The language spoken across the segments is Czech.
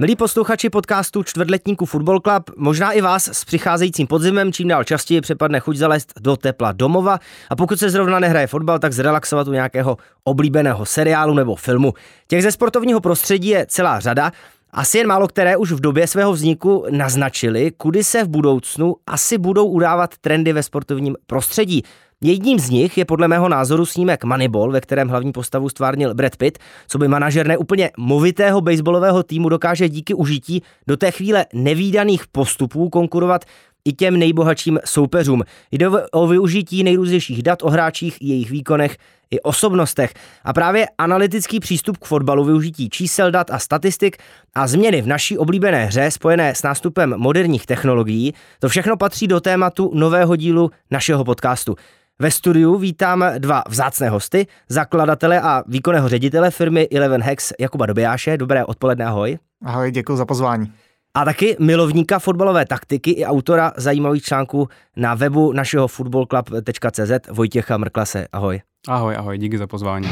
Milí posluchači podcastu Čtvrtletníku Football Club, možná i vás s přicházejícím podzimem čím dál častěji přepadne chuť zalézt do tepla domova a pokud se zrovna nehraje fotbal, tak zrelaxovat u nějakého oblíbeného seriálu nebo filmu. Těch ze sportovního prostředí je celá řada, asi jen málo které už v době svého vzniku naznačili, kudy se v budoucnu asi budou udávat trendy ve sportovním prostředí. Jedním z nich je podle mého názoru snímek Moneyball, ve kterém hlavní postavu stvárnil Brad Pitt, co by manažer neúplně movitého baseballového týmu dokáže díky užití do té chvíle nevídaných postupů konkurovat i těm nejbohatším soupeřům. Jde o využití nejrůznějších dat o hráčích, jejich výkonech i osobnostech. A právě analytický přístup k fotbalu, využití čísel, dat a statistik a změny v naší oblíbené hře spojené s nástupem moderních technologií, to všechno patří do tématu nového dílu našeho podcastu. Ve studiu vítám dva vzácné hosty, zakladatele a výkonného ředitele firmy Eleven Hacks Jakuba Dobijáše. Dobré odpoledne, ahoj. Ahoj, děkuji za pozvání. A taky milovníka fotbalové taktiky i autora zajímavých článků na webu našeho footballclub.cz Vojtěcha Mrklase. Ahoj. Ahoj, díky za pozvání.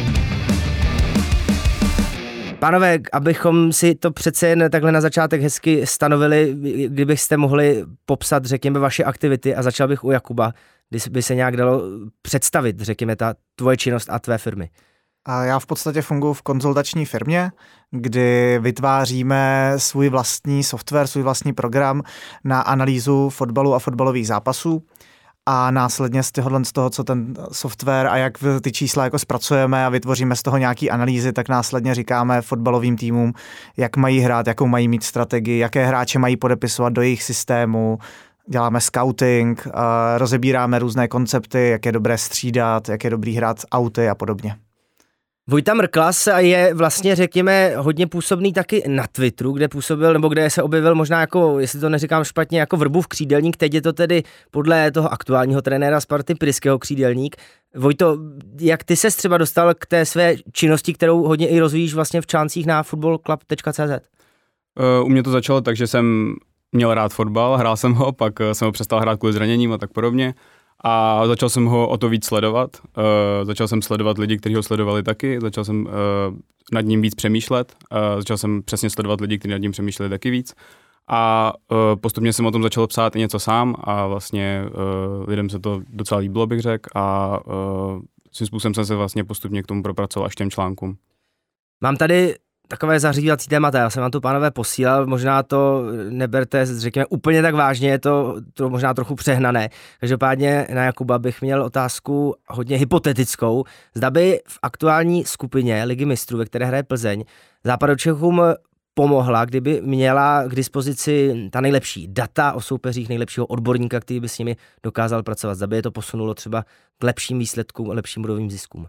Pánové, abychom si to přece jen takhle na začátek hezky stanovili, kdybyste mohli popsat, řekněme, vaše aktivity a začal bych u Jakuba, by se nějak dalo představit, řekněme, ta tvoje činnost a tvé firmy. A já v podstatě funguji v konzultační firmě, kdy vytváříme svůj vlastní software, svůj vlastní program na analýzu fotbalu a fotbalových zápasů. A následně z toho, co ten software a jak ty čísla jako zpracujeme a vytvoříme z toho nějaký analýzy, tak následně říkáme fotbalovým týmům, jak mají hrát, jakou mají mít strategii, jaké hráče mají podepisovat do jejich systému. Děláme scouting, rozebíráme různé koncepty, jak je dobré střídat, jak je dobrý hrát auty a podobně. Vojta Mrklas je vlastně, řekněme, hodně působný taky na Twitteru, kde působil, nebo kde se objevil možná jako, jestli to neříkám špatně, jako Vrbův křídelník, teď je to tedy podle toho aktuálního trenéra Sparty Priského křídelník. Vojto, jak ty ses třeba dostal k té své činnosti, kterou hodně i rozvíjíš vlastně v článcích na footballclub.cz? U mě to začalo tak, že jsem měl rád fotbal, hrál jsem ho, pak jsem ho přestal hrát kvůli zraněním a tak podobně. A začal jsem ho o to víc sledovat. Začal jsem sledovat lidi, kteří ho sledovali taky, začal jsem nad ním víc přemýšlet, začal jsem přesně sledovat lidi, kteří nad ním přemýšleli taky víc. A postupně jsem o tom začal psát i něco sám a vlastně lidem se to docela líbilo, bych řekl, a svým způsobem jsem se vlastně postupně k tomu propracoval až těm článkům. Mám tady takové zařídívací témata, já jsem vám to, pánové, posílal, možná to neberte, řekněme, úplně tak vážně, je to možná trochu přehnané. Každopádně na Jakuba bych měl otázku hodně hypotetickou. Zda by v aktuální skupině Ligy mistrů, ve které hraje Plzeň, Západočechům pomohla, kdyby měla k dispozici ta nejlepší data o soupeřích, nejlepšího odborníka, který by s nimi dokázal pracovat. Zda by je to posunulo třeba k lepším výsledkům a lepším bodovým ziskům.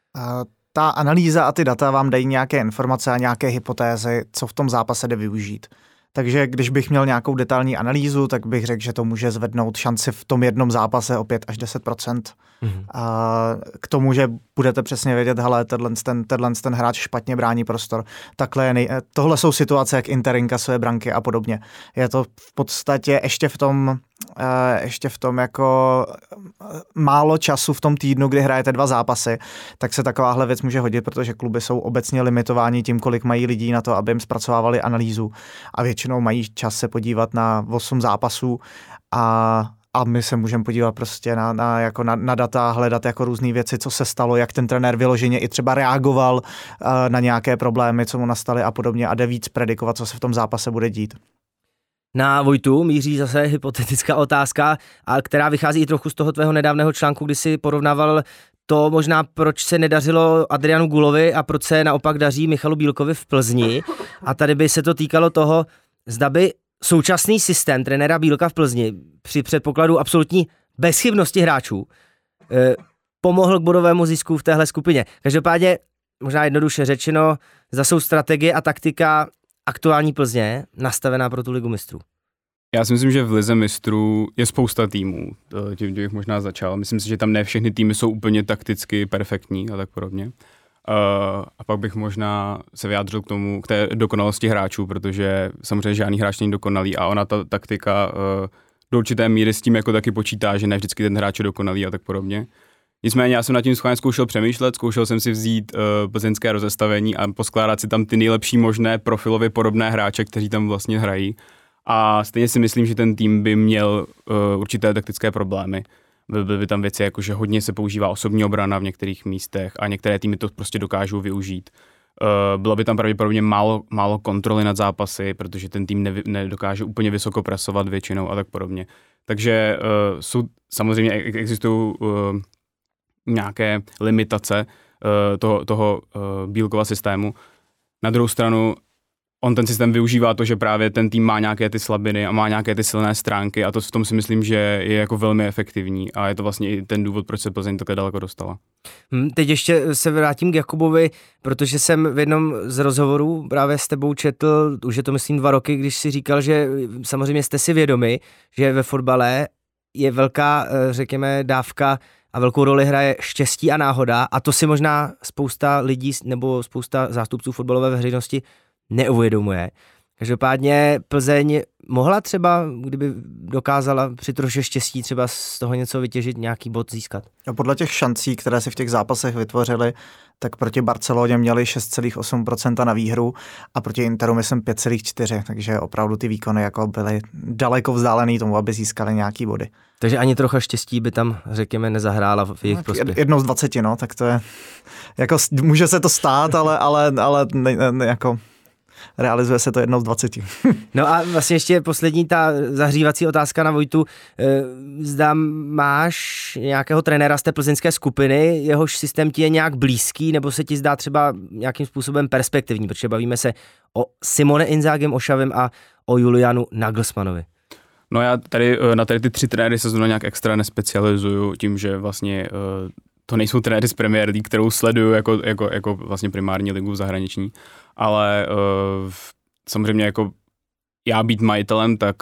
Ta analýza a ty data vám dají nějaké informace a nějaké hypotézy, co v tom zápase jde využít. Takže když bych měl nějakou detailní analýzu, tak bych řekl, že to může zvednout šanci v tom jednom zápase o 5 až 10%. A k tomu, že budete přesně vědět, hele, ten hráč špatně brání prostor. Tohle jsou situace, jak Inter inkasuje branky a podobně. Je to v podstatě ještě v tom jako málo času v tom týdnu, kdy hrajete 2 zápasy, tak se takováhle věc může hodit, protože kluby jsou obecně limitováni tím, kolik mají lidí na to, aby jim zpracovávali analýzu a většinou mají čas se podívat na 8 zápasů a my se můžeme podívat prostě na data, hledat jako různé věci, co se stalo, jak ten trenér vyloženě i třeba reagoval na nějaké problémy, co mu nastaly a podobně a jde víc predikovat, co se v tom zápase bude dít. Na Vojtu míří zase hypotetická otázka, která vychází i trochu z toho tvého nedávného článku, kdy si porovnával to možná, proč se nedařilo Adrianu Gulovi a proč se naopak daří Michalu Bílkovi v Plzni. A tady by se to týkalo toho, zda by současný systém trenéra Bílka v Plzni při předpokladu absolutní bezchybnosti hráčů pomohl k bodovému zisku v téhle skupině. Každopádně, možná jednoduše řečeno, zda jsou strategie a taktika aktuální Plzně nastavená pro tu Ligu mistrů. Já si myslím, že v Lize mistrů je spousta týmů, tím bych možná začal. Myslím si, že tam ne všechny týmy jsou úplně takticky perfektní a tak podobně. A pak bych možná se vyjádřil k té dokonalosti hráčů, protože samozřejmě žádný hráč není dokonalý a ona ta taktika do určité míry s tím jako taky počítá, že ne vždycky ten hráč je dokonalý a tak podobně. Nicméně já jsem nad tím schválně zkoušel přemýšlet, zkoušel jsem si vzít plzeňské rozestavení a poskládat si tam ty nejlepší možné profilově podobné hráče, kteří tam vlastně hrají. A stejně si myslím, že ten tým by měl určité taktické problémy. Byly by tam věci, jako že hodně se používá osobní obrana v některých místech a některé týmy to prostě dokážou využít. Bylo by tam pravděpodobně málo kontroly nad zápasy, protože ten tým nedokáže úplně vysoko presovat většinou a tak podobně. Takže samozřejmě existují nějaké limitace toho Bílkova systému. Na druhou stranu on ten systém využívá to, že právě ten tým má nějaké ty slabiny a má nějaké ty silné stránky a to v tom si myslím, že je jako velmi efektivní a je to vlastně i ten důvod, proč se Plzeň takhle daleko dostala. Teď ještě se vrátím k Jakubovi, protože jsem v jednom z rozhovorů právě s tebou četl, už je to myslím 2 roky, když si říkal, že samozřejmě jste si vědomi, že ve fotbale je velká, řekněme, dávka a velkou roli hraje štěstí a náhoda a to si možná spousta lidí nebo spousta zástupců fotbalové veřejnosti neuvědomuje. Každopádně Plzeň mohla třeba, kdyby dokázala při troše štěstí třeba z toho něco vytěžit, nějaký bod získat? A podle těch šancí, které si v těch zápasech vytvořili, tak proti Barceloně měli 6,8% na výhru a proti Interu myslím 5,4%, takže opravdu ty výkony jako byly daleko vzdálený tomu, aby získali nějaký body. Takže ani trocha štěstí by tam, řekněme, nezahrála v jejich prospěch. 1 z 20, no, tak to je, jako může se to stát, ale ne, jako realizuje se to 1 z 20. No a vlastně ještě poslední ta zahřívací otázka na Vojtu. Zda máš nějakého trenéra z té plzeňské skupiny, jehož systém ti je nějak blízký, nebo se ti zdá třeba nějakým způsobem perspektivní, protože bavíme se o Simone Inzaghem Ošavem a o Julianu Nagelsmannovi. No já tady na ty 3 trenéry se zrovna nějak extra nespecializuju tím, že vlastně to nejsou trenéry z Premier League, kterou sleduju jako vlastně primární ligu zahraniční, ale samozřejmě jako já být majitelem, tak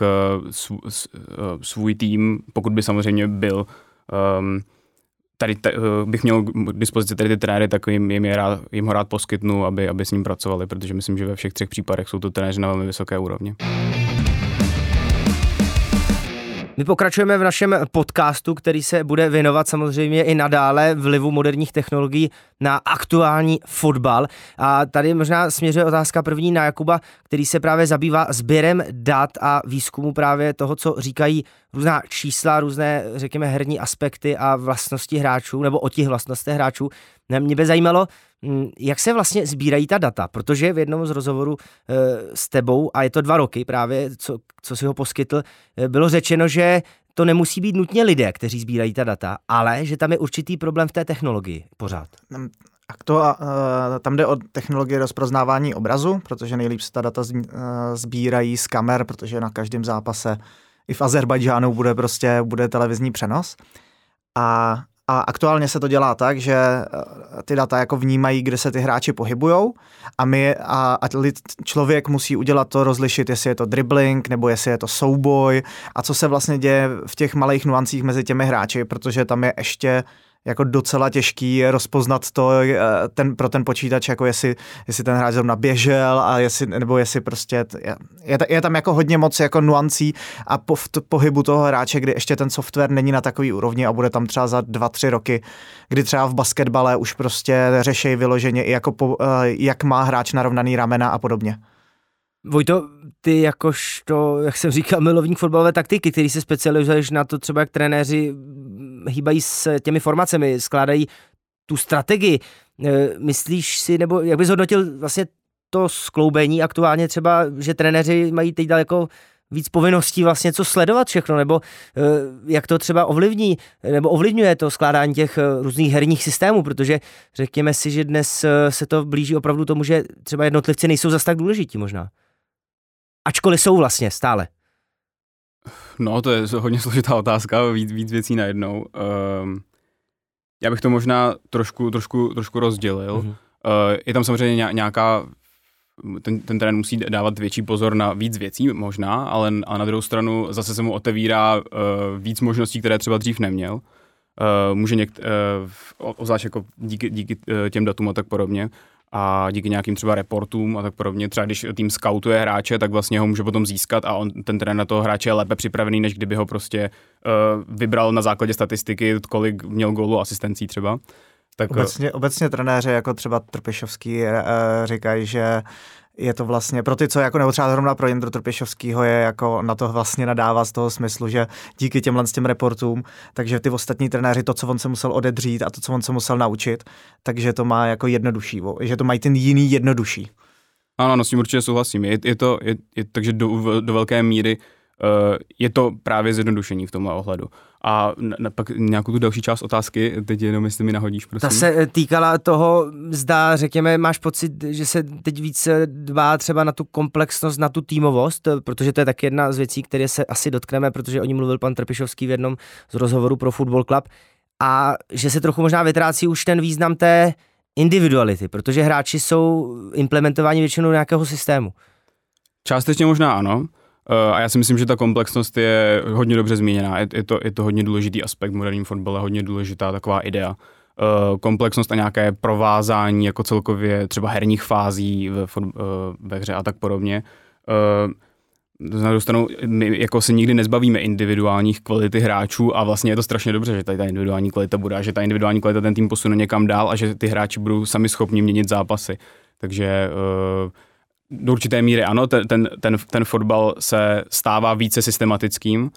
svůj tým, pokud by samozřejmě byl, bych měl k dispozici tady ty trenéry, tak jim ho rád poskytnu, aby s ním pracovali, protože myslím, že ve všech 3 případech jsou to trenéři na velmi vysoké úrovni. My pokračujeme v našem podcastu, který se bude věnovat samozřejmě i nadále vlivu moderních technologií na aktuální fotbal. A tady možná směřuje otázka první na Jakuba, který se právě zabývá sběrem dat a výzkumu právě toho, co říkají různá čísla, různé, řekněme, herní aspekty a vlastnosti hráčů, nebo o těch vlastnostech hráčů. Mě by zajímalo, jak se vlastně sbírají ta data, protože v jednom z rozhovorů s tebou, a je to 2 roky právě, co si ho poskytl, bylo řečeno, že to nemusí být nutně lidé, kteří sbírají ta data, ale že tam je určitý problém v té technologii pořád. Tam jde o technologii rozpoznávání obrazu, protože nejlíp se ta data sbírají z kamer, protože na každém zápase i v Azerbajdžánu bude televizní přenos. A aktuálně se to dělá tak, že ty data jako vnímají, kde se ty hráči pohybujou a člověk musí udělat to, rozlišit, jestli je to dribbling nebo jestli je to souboj a co se vlastně děje v těch malých nuancích mezi těmi hráči, protože tam je ještě jako docela těžký rozpoznat to pro ten počítač, jako jestli ten hráč zrovna běžel a jestli prostě je tam jako hodně moc jako nuancí a v pohybu toho hráče, kdy ještě ten software není na takový úrovni a bude tam třeba za 2-3 roky, kdy třeba v basketbale už prostě řeší vyloženě i jako jak má hráč narovnaný ramena a podobně. Vojto, ty jakožto, jak jsem říkal, milovník fotbalové taktiky, který se specializuješ na to třeba, jak trenéři hýbají s těmi formacemi, skládají tu strategii. Myslíš si, nebo jak bys hodnotil vlastně to skloubení aktuálně třeba, že trenéři mají teď daleko víc povinností vlastně co sledovat všechno, nebo jak to třeba ovlivní, nebo ovlivňuje to skládání těch různých herních systémů, protože řekněme si, že dnes se to blíží opravdu tomu, že třeba jednotlivci nejsou zas tak důležití možná. Ačkoliv jsou vlastně stále. No, to je hodně složitá otázka, víc věcí najednou. Já bych to možná trošku rozdělil. Mm-hmm. Je tam samozřejmě nějaká, ten trenér musí dávat větší pozor na víc věcí možná, ale na druhou stranu zase se mu otevírá víc možností, které třeba dřív neměl. Může obzvlášť jako díky těm datům a tak podobně. a díky nějakým třeba reportům a tak podobně, třeba když tým scoutuje hráče, tak vlastně ho může potom získat a ten trenér na toho hráče je lépe připravený, než kdyby ho prostě vybral na základě statistiky, kolik měl gólů, asistencí třeba. Tak obecně trenéři jako třeba Trpišovský říkají, že je to vlastně pro ty, co jako nebo třeba zrovna pro Jindru Trpišovskýho je jako na to vlastně nadává z toho smyslu, že díky těm reportům, takže ty ostatní trenéři to, co on se musel odedřít a to, co on se musel naučit, takže to má jako jednodušší, že to mají ten jiný jednodušší. Ano, s tím určitě souhlasím. Takže do velké míry je to právě zjednodušení v tomhle ohledu. A pak nějakou tu další část otázky, teď jenom jestli mi nahodíš, prosím. Ta se týkala toho, zda, řekněme, máš pocit, že se teď víc dbá třeba na tu komplexnost, na tu týmovost, protože to je tak jedna z věcí, které se asi dotkneme, protože o ní mluvil pan Trpišovský v jednom z rozhovorů pro Football Club, a že se trochu možná vytrácí už ten význam té individuality, protože hráči jsou implementováni většinou nějakého systému. Částečně možná ano. A já si myslím, že ta komplexnost je hodně dobře zmíněná. Je to hodně důležitý aspekt moderního fotbalu, hodně důležitá taková idea. Komplexnost a nějaké provázání jako celkově třeba herních fází ve hře a tak podobně. Na druhou stranu, my jako se nikdy nezbavíme individuálních kvality hráčů a vlastně je to strašně dobře, že tady ta individuální kvalita bude a že ta individuální kvalita ten tým posune někam dál a že ty hráči budou sami schopni měnit zápasy. Takže do určité míry ano, ten fotbal se stává více systematickým,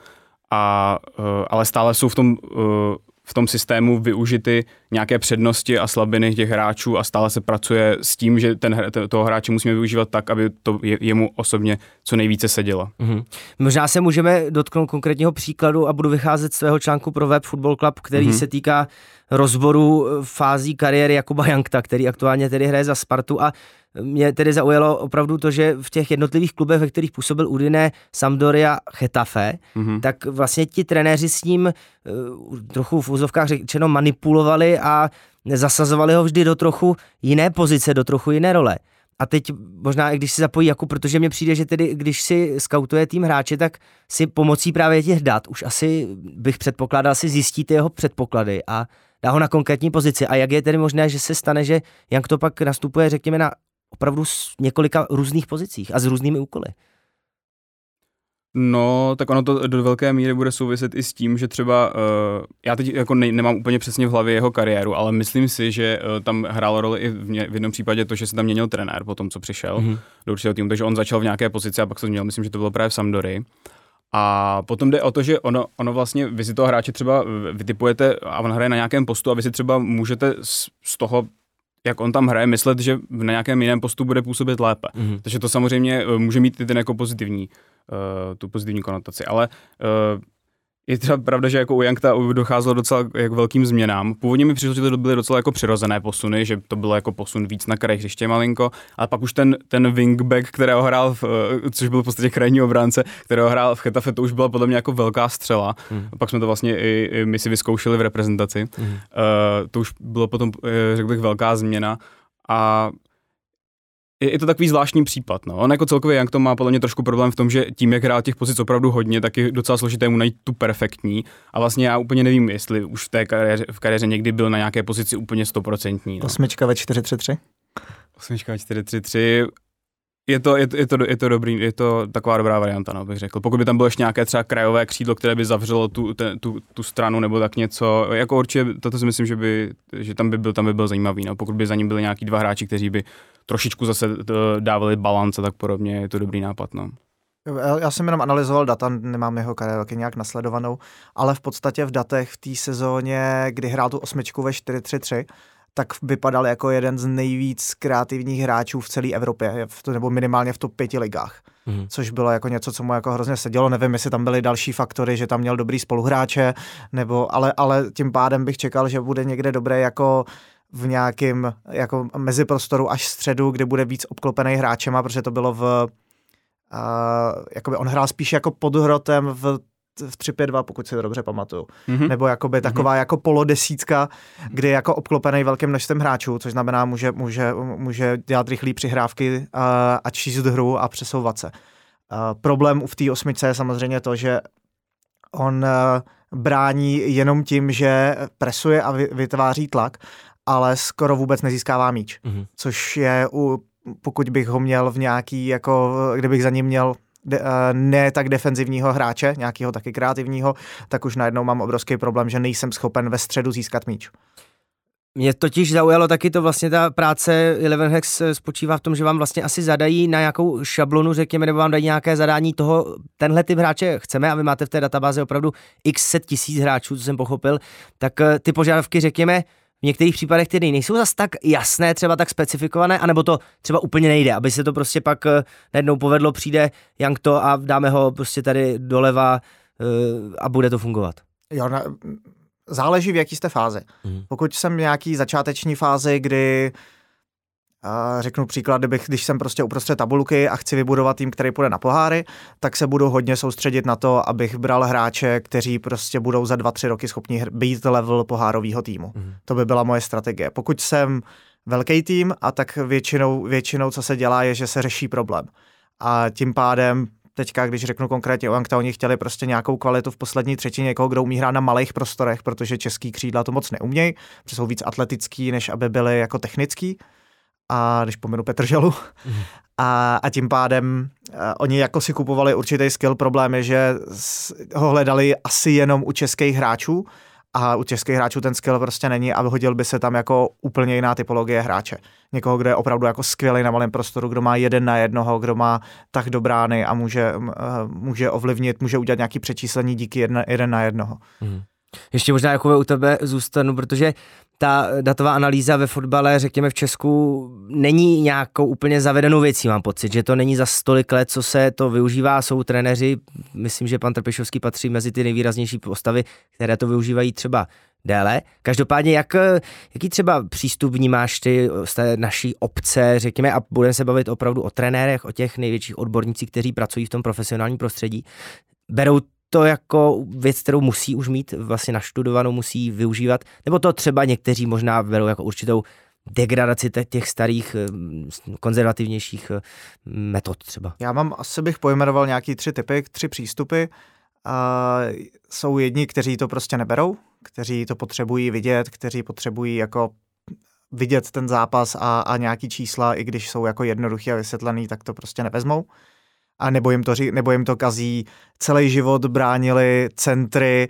ale stále jsou v tom systému využity nějaké přednosti a slabiny těch hráčů a stále se pracuje s tím, že toho hráče musíme využívat tak, aby to jemu osobně co nejvíce sedělo. Mm-hmm. Možná se můžeme dotknout konkrétního příkladu a budu vycházet z svého článku pro web Football Club, který se týká rozboru fází kariéry Jakuba Jankta, který aktuálně tedy hraje za Spartu, a mě tedy zaujalo opravdu to, že v těch jednotlivých klubech, ve kterých působil Udine, Sampdoria, Getafe, tak vlastně ti trenéři s ním trochu v úzovkách řečeno manipulovali a zasazovali ho vždy do trochu jiné pozice, do trochu jiné role. A teď možná i když si zapojí Jakub, protože mně přijde, že tedy když si skautuje tým hráče, tak si pomocí právě těch dat už asi bych předpokládal, si zjistí ty jeho předpoklady a dá ho na konkrétní pozici. A jak je tedy možné, že se stane, že Jank to pak nastupuje, řekněme, na opravdu několika různých pozicích a s různými úkoly? No, tak ono to do velké míry bude souviset i s tím, že třeba, já teď jako nemám úplně přesně v hlavě jeho kariéru, ale myslím si, že tam hrálo roli i v jednom případě to, že se tam měnil trenér po tom, co přišel do určitého týmu, takže on začal v nějaké pozici a pak se změnil, myslím, že to bylo právě v Sampdorii. A potom jde o to, že ono vlastně, vy si toho hráče třeba vytipujete a on hraje na nějakém postu a vy si třeba můžete z toho, jak on tam hraje, myslet, že na nějakém jiném postu bude působit lépe. Takže to samozřejmě může mít i ten jako tu pozitivní konotaci, ale je třeba pravda, že jako u Jankta docházelo docela jako velkým změnám. Původně mi přišlo, že to byly docela jako přirozené posuny, že to bylo jako posun víc na kraji hřiště malinko, ale pak už ten wingback, kterého hrál, což byl v podstatě krajní obránce, kterého hrál v Getafe, to už byla podle mě jako velká střela. Pak jsme to vlastně i my si vyzkoušeli v reprezentaci. To už bylo potom, řekl bych, velká změna a je to takový zvláštní případ. No. On jako celkově Jank to má podle mě trošku problém v tom, že tím, jak hrál těch pozic opravdu hodně, tak je docela složité mu najít tu perfektní. A vlastně já úplně nevím, jestli už v kariéře někdy byl na nějaké pozici úplně 100%. No. Osmička ve 4-3-3? Osmička ve 4-3-3. Je to dobrý, je to taková dobrá varianta, no, bych řekl. Pokud by tam bylo ještě nějaké třeba krajové křídlo, které by zavřelo tu stranu nebo tak něco, jako určitě, toto si myslím, že tam by byl zajímavý, no. Pokud by za ním byli nějaký dva hráči, kteří by trošičku zase dávali balans a tak podobně, je to dobrý nápad, no. Já jsem jenom analyzoval data, nemám jeho kariéru nějak nasledovanou, ale v podstatě v datech v té sezóně, kdy hrál tu osmičku ve 4-3-3, tak vypadal jako jeden z nejvíc kreativních hráčů v celé Evropě, nebo minimálně v top 5 ligách. Což bylo jako něco, co mu jako hrozně sedělo. Nevím, jestli tam byly další faktory, že tam měl dobrý spoluhráče, ale tím pádem bych čekal, že bude někde dobré jako v nějakém jako meziprostoru až středu, kde bude víc obklopený hráčema, protože to bylo jakoby on hrál spíš jako pod hrotem v 3-5-2, pokud si to dobře pamatuju. Nebo jakoby taková jako polodesítka, kdy je jako obklopený velkým množstvím hráčů, což znamená, může dělat rychlé přihrávky a číst hru a přesouvat se. Problém v té osmičce je samozřejmě to, že on brání jenom tím, že presuje a vytváří tlak ale skoro vůbec nezískává míč, což je, pokud bych ho měl v nějaký, jako kdybych za ním měl ne tak defenzivního hráče, nějakého taky kreativního, tak už najednou mám obrovský problém, že nejsem schopen ve středu získat míč. Mě totiž zaujalo taky to vlastně ta práce Eleven Hacks spočívá v tom, že vám vlastně asi zadají na nějakou šablonu, řekněme, nebo vám dají nějaké zadání toho, tenhle typ hráče chceme a vy máte v té databázi opravdu x set tisíc hráčů, co jsem pochopil, tak ty požadavky, řekněme, v některých případech tedy nejsou zas tak jasné, třeba tak specifikované, anebo to třeba úplně nejde, aby se to prostě pak najednou povedlo, přijde Jankto a dáme ho prostě tady doleva a bude to fungovat. Jo, záleží, v jaký jste fázi. Pokud jsem v nějaký začáteční fázi, kdy řeknu příklad, když jsem prostě uprostřed tabulky a chci vybudovat tým, který půjde na poháry, tak se budu hodně soustředit na to, abych bral hráče, kteří prostě budou za 2-3 roky schopni být level pohárového týmu. To by byla moje strategie. Pokud jsem velký tým, a tak většinou co se dělá, je, že se řeší problém. A tím pádem teďka, když řeknu konkrétně o Jankta, oni chtěli prostě nějakou kvalitu v poslední třetině, někoho, kdo umí hrát na malých prostorech, protože český křídla to moc neumějí, protože jsou víc atletický, než aby byli jako technický. A když pominu Petrželu. A tím pádem oni jako si kupovali určitý skill. Problém je, že ho hledali asi jenom u českých hráčů a u českých hráčů ten skill prostě není a hodil by se tam jako úplně jiná typologie hráče. Někoho, kdo je opravdu jako skvělý na malém prostoru, kdo má 1 na 1, kdo má tak do brány a může ovlivnit, může udělat nějaký přečíslení díky 1 na 1. Ještě možná jako u tebe zůstanu, protože ta datová analýza ve fotbale, řekněme v Česku, není nějakou úplně zavedenou věcí, mám pocit, že to není za tolik let, co se to využívá, jsou trenéři, myslím, že pan Trpišovský patří mezi ty nejvýraznější postavy, které to využívají třeba déle. Každopádně, jaký třeba přístup vnímáš ty z té naší obce, řekněme, a budeme se bavit opravdu o trenérech, o těch největších odbornících, kteří pracují v tom profesionálním prostředí, berou to jako věc, kterou musí už mít vlastně naštudovanou, musí využívat, nebo to třeba někteří možná berou jako určitou degradaci těch starých, konzervativnějších metod třeba. Já asi bych pojmenoval nějaký 3 typy, 3 přístupy. Jsou jedni, kteří to prostě neberou, kteří to potřebují vidět, kteří potřebují jako vidět ten zápas a nějaký čísla, i když jsou jako jednoduchý a vysvětlený, tak to prostě nevezmou. A nebo jim to kazí, celý život bránili centry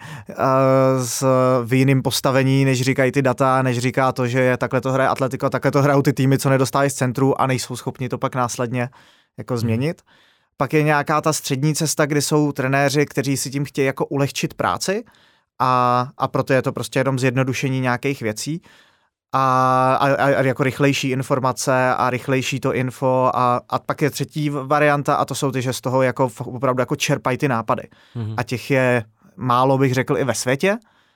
v jiném postavení, než říkají ty data, než říká to, že takhle to hraje Atletico, takhle to hrajou ty týmy, co nedostávají z centru a nejsou schopni to pak následně jako změnit. Pak je nějaká ta střední cesta, kdy jsou trenéři, kteří si tím chtějí jako ulehčit práci a proto je to prostě jenom zjednodušení nějakých věcí. A jako rychlejší informace a rychlejší to info a pak je třetí varianta a to jsou ty, že z toho jako opravdu jako čerpají ty nápady. A těch je málo, bych řekl, i ve světě,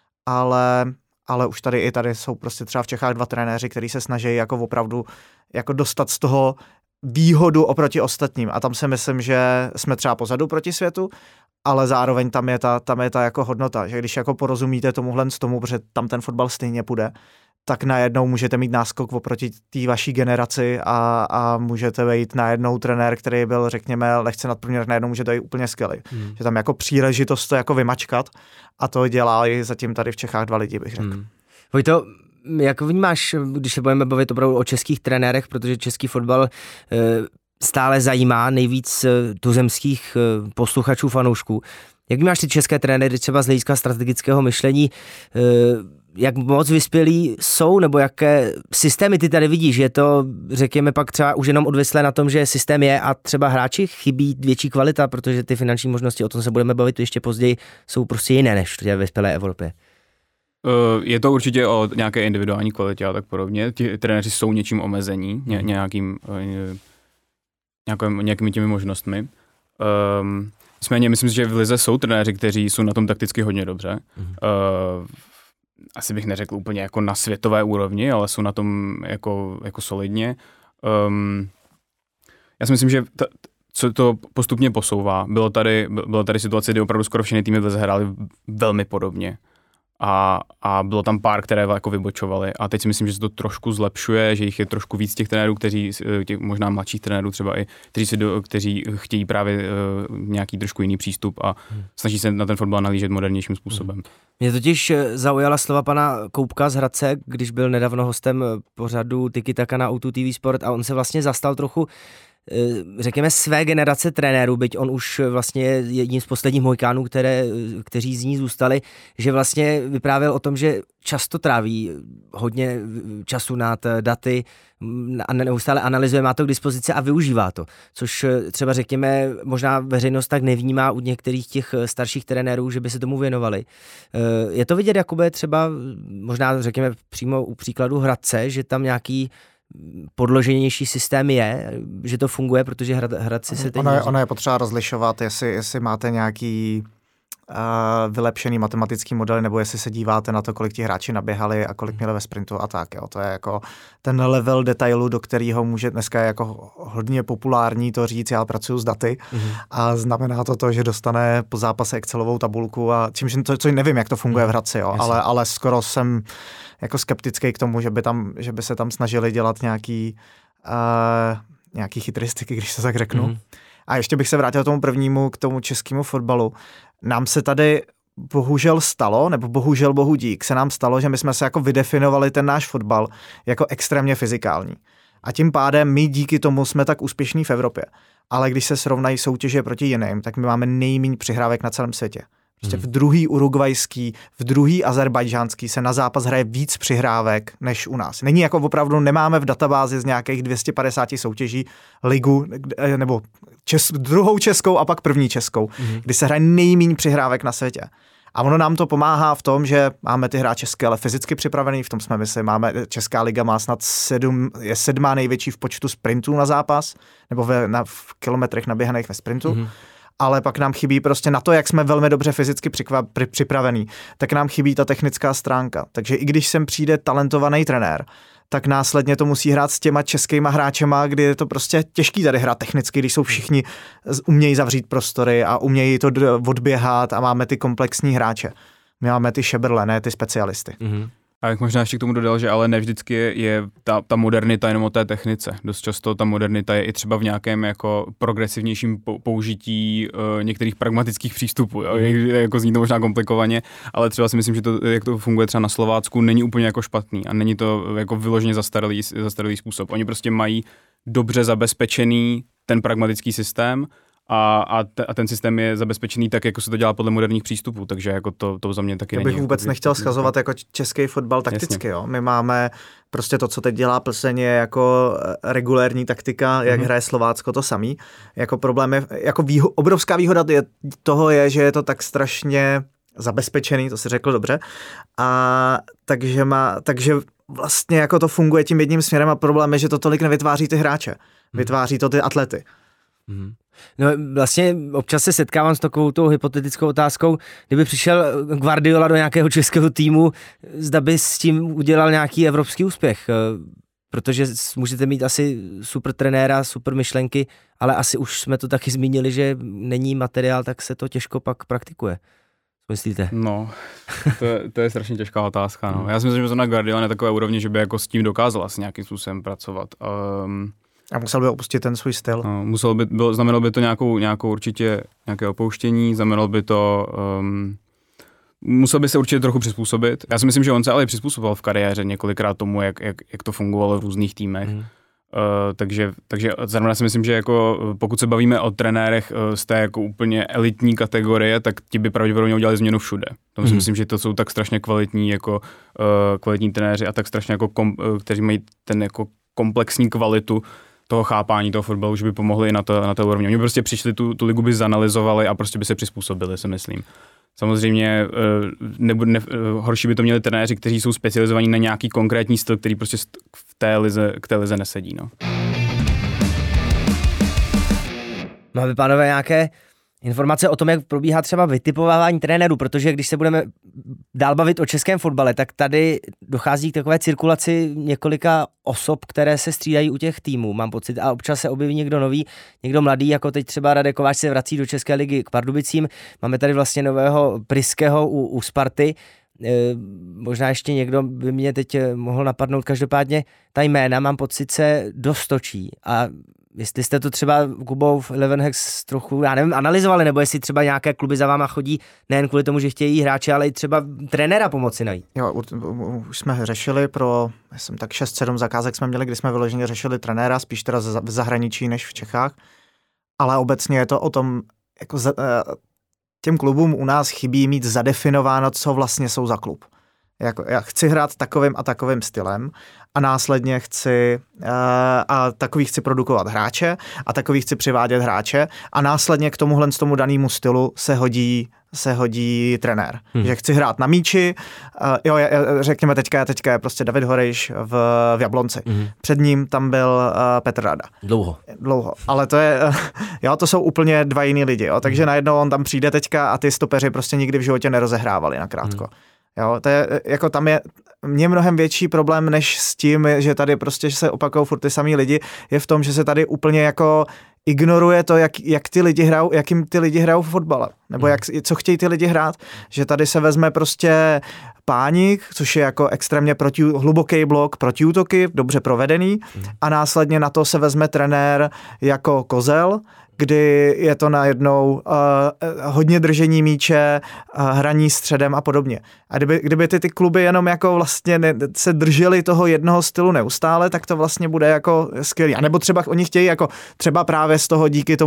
ale už tady jsou prostě třeba v Čechách 2 trenéři, kteří se snaží jako opravdu jako dostat z toho výhodu oproti ostatním a tam si myslím, že jsme třeba pozadu proti světu, ale zároveň tam je ta jako hodnota, že když jako porozumíte tomu, protože tam ten fotbal stejně půjde, tak najednou můžete mít náskok oproti té vaší generaci a můžete být najednou trenér, který byl, řekněme, lehce nadprůměr, najednou můžete být úplně skvělý. Že tam jako příležitost to jako vymačkat a to dělají zatím tady v Čechách 2 lidi, bych řekl. Vojto, jak vnímáš, když se budeme bavit opravdu o českých trenérech, protože český fotbal stále zajímá nejvíc tuzemských posluchačů, fanoušků. Jak vnímáš ty české trenéry třeba z hlediska strategického myšlení, jak moc vyspělí jsou, nebo jaké systémy ty tady vidíš? Je to, řekněme, pak třeba už jenom odvislé na tom, že systém je a třeba hráči chybí větší kvalita, protože ty finanční možnosti, o tom se budeme bavit ještě později, jsou prostě jiné než v vyspělé Evropě. Je to určitě o nějaké individuální kvalitě a tak podobně. Ti trenéři jsou něčím omezení, nějakými těmi možnostmi. Nicméně myslím si, že v lize jsou trenéři, kteří jsou na tom takticky hodně dobře. Asi bych neřekl úplně jako na světové úrovni, ale jsou na tom jako solidně. Já si myslím, že co to postupně posouvá. Bylo tady situace, kdy opravdu skoro všechny týmy v lize hrály velmi podobně. a bylo tam pár, které jako vybočovaly. A teď si myslím, že se to trošku zlepšuje, že jich je trošku víc těch trenérů, těch možná mladších trenérů třeba i, kteří chtějí právě nějaký trošku jiný přístup a snaží se na ten fotbal nalížet modernějším způsobem. Mě totiž zaujala slova pana Koupka z Hradce, když byl nedávno hostem pořadu Tiki Taka na O2 TV Sport a on se vlastně zastal trochu řekněme své generace trenérů, byť on už vlastně je jedním z posledních Mohikánů, kteří z ní zůstali, že vlastně vyprávěl o tom, že často tráví hodně času nad daty a neustále analyzuje, má to k dispozici a využívá to, což třeba řekněme možná veřejnost tak nevnímá u některých těch starších trenérů, že by se tomu věnovali. Je to vidět, jakoby třeba možná řekněme přímo u příkladu Hradce, že tam nějaký podloženější systém je, že to funguje, protože Hradci se teď... Ono je potřeba rozlišovat, jestli máte nějaký vylepšený matematický model, nebo jestli se díváte na to, kolik ti hráči naběhali a kolik měli ve sprintu a tak. Jo. To je jako ten level detailu, do kterého může dneska je jako hodně populární to říct, já pracuji s daty a znamená to, že dostane po zápase Excelovou tabulku a čímž co nevím, jak to funguje v Hradci, jo. Ale skoro jsem jako skeptický k tomu, že by se tam snažili dělat nějaký chytristiky, když se tak řeknu. A ještě bych se vrátil k tomu českému fotbalu. Nám se tady bohužel stalo, nebo bohužel bohu dík, se nám stalo, že my jsme se jako vydefinovali ten náš fotbal jako extrémně fyzikální. A tím pádem my díky tomu jsme tak úspěšní v Evropě. Ale když se srovnají soutěže proti jiným, tak my máme nejméně přihrávek na celém světě. Prostě v druhý urugvajský, v druhý azerbajdžánský se na zápas hraje víc přihrávek než u nás. Není jako opravdu, nemáme v databázi z nějakých 250 soutěží ligu, nebo druhou českou a pak první českou, kdy se hraje nejméně přihrávek na světě. A ono nám to pomáhá v tom, že máme ty hráče ale fyzicky připravený, v tom jsme máme, Česká liga má snad 7. největší v počtu sprintů na zápas, nebo v kilometrech naběhaných ve sprintu. Ale pak nám chybí prostě na to, jak jsme velmi dobře fyzicky připravení, tak nám chybí ta technická stránka. Takže i když sem přijde talentovaný trenér, tak následně to musí hrát s těma českýma hráčema, kdy je to prostě těžký tady hrát technicky, když jsou všichni umějí zavřít prostory a umějí to odběhat a máme ty komplexní hráče. My máme ty šebrle, ne ty specialisty. A jak možná ještě k tomu dodal, že ale ne vždycky je ta modernita jenom o té technice. Dost často ta modernita je i třeba v nějakém jako progresivnějším použití některých pragmatických přístupů. Jo? Jako zní to možná komplikovaně, ale třeba si myslím, že to, jak to funguje třeba na Slovácku, není úplně jako špatný a není to jako vyloženě zastaralý způsob. Oni prostě mají dobře zabezpečený ten pragmatický systém, a ten systém je zabezpečený tak, jako se to dělá podle moderních přístupů, takže jako to za mě taky není. Já bych vůbec nechtěl schazovat jako český fotbal takticky, jo. My máme prostě to, co teď dělá Plzeň, je jako regulérní taktika, jak hraje Slovácko, to samý. Jako problém je, jako obrovská výhoda toho je, že je to tak strašně zabezpečený, to si řekl dobře, a takže vlastně jako to funguje tím jedním směrem a problém je, že to tolik nevytváří ty hráče, vytváří to ty atlety. No vlastně občas se setkávám s takovou tou hypotetickou otázkou, kdyby přišel Guardiola do nějakého českého týmu, zda by s tím udělal nějaký evropský úspěch, protože můžete mít asi super trenéra, super myšlenky, ale asi už jsme to taky zmínili, že není materiál, tak se to těžko pak praktikuje. Myslíte? No, to je strašně těžká otázka. No. Já si myslím, že to na Guardiola na takové úrovni, že by jako s tím dokázal asi nějakým způsobem pracovat. A musel by opustit ten svůj styl. Znamenalo by to nějakou určitě nějaké opouštění, znamenalo by to, musel by se určitě trochu přizpůsobit. Já si myslím, že on se ale přizpůsoboval v kariéře několikrát tomu, jak to fungovalo v různých týmech. Takže zrovna si myslím, že jako pokud se bavíme o trenérech z té jako úplně elitní kategorie, tak ti by pravděpodobně udělali změnu všude. To si myslím, že to jsou tak strašně kvalitní jako kvalitní trenéři a tak strašně jako kteří mají ten jako komplexní kvalitu toho chápání toho fotbalu, že by pomohli i na té úrovni. Oni prostě přišli, tu ligu by zanalyzovali a prostě by se přizpůsobili, si myslím. Samozřejmě horší by to měli trenéři, kteří jsou specializovaní na nějaký konkrétní styl, který prostě k té lize nesedí. No. Máme, pánové, nějaké informace o tom, jak probíhá třeba vytipovávání trenérů, protože když se budeme dál bavit o českém fotbale, tak tady dochází k takové cirkulaci několika osob, které se střídají u těch týmů, mám pocit, a občas se objeví někdo nový, někdo mladý, jako teď třeba Radek Kováč se vrací do České ligy k Pardubicím. Máme tady vlastně nového Pryského u Sparty. možná ještě někdo by mě teď mohl napadnout, každopádně ta jména, mám pocit, se dost točí a jestli jste to třeba Kubo v Eleven Hacks trochu, já nevím, analyzovali, nebo jestli třeba nějaké kluby za váma chodí nejen kvůli tomu, že chtějí hráče, ale i třeba trenéra pomoci najít. Jo, už jsme řešili tak 6-7 zakázek jsme měli, kdy jsme vyloženě řešili trenéra, spíš teda v zahraničí než v Čechách, ale obecně je to o tom, jako těm klubům u nás chybí mít zadefinováno, co vlastně jsou za klub. Jako, já chci hrát takovým a takovým stylem a následně chci produkovat hráče a takový chci přivádět hráče a následně k tomu danému stylu se hodí trenér. Že chci hrát na míči, řekněme teďka je prostě David Horejš v Jablonci. Před ním tam byl Petr Rada. Dlouho. Ale to jsou úplně dva jiný lidi, jo? Takže najednou on tam přijde teďka a ty stopeři prostě nikdy v životě nerozehrávali nakrátko. Jo, to je, jako tam je mě mnohem větší problém, než s tím, že tady prostě se opakují furt ty samý lidi, je v tom, že se tady úplně jako ignoruje to, jak ty lidi hrajou, jakým ty lidi hrajou v fotbale, nebo co chtějí ty lidi hrát, že tady se vezme prostě Páník, což je jako extrémně hluboký blok protiútoky, dobře provedený a následně na to se vezme trenér jako Kozel, kdy je to najednou hodně držení míče, hraní středem a podobně. A kdyby ty kluby jenom jako vlastně se drželi toho jednoho stylu neustále, tak to vlastně bude jako skvělý. A nebo třeba oni chtějí jako třeba právě z toho díky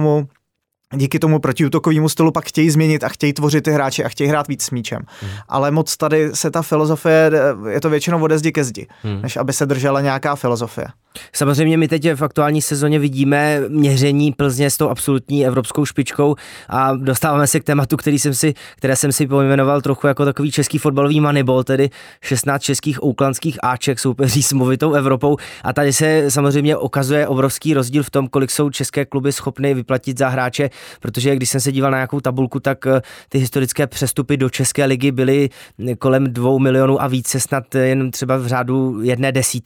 tomu protiútokovému stylu pak chtějí změnit a chtějí tvořit ty hráči a chtějí hrát víc s míčem. Ale moc tady se ta filozofie, je to většinou ode zdi ke zdi, než aby se držela nějaká filozofie. Samozřejmě my teď v aktuální sezóně vidíme měření Plzně s tou absolutní evropskou špičkou a dostáváme se k tématu, které jsem si pojmenoval trochu jako takový český fotbalový Moneyball, tedy 16 českých ouklandských áček soupeří s movitou Evropou a tady se samozřejmě ukazuje obrovský rozdíl v tom, kolik jsou české kluby schopny vyplatit za hráče, protože když jsem se díval na nějakou tabulku, tak ty historické přestupy do České ligy byly kolem 2 milionů a více, snad jen třeba v řádu 10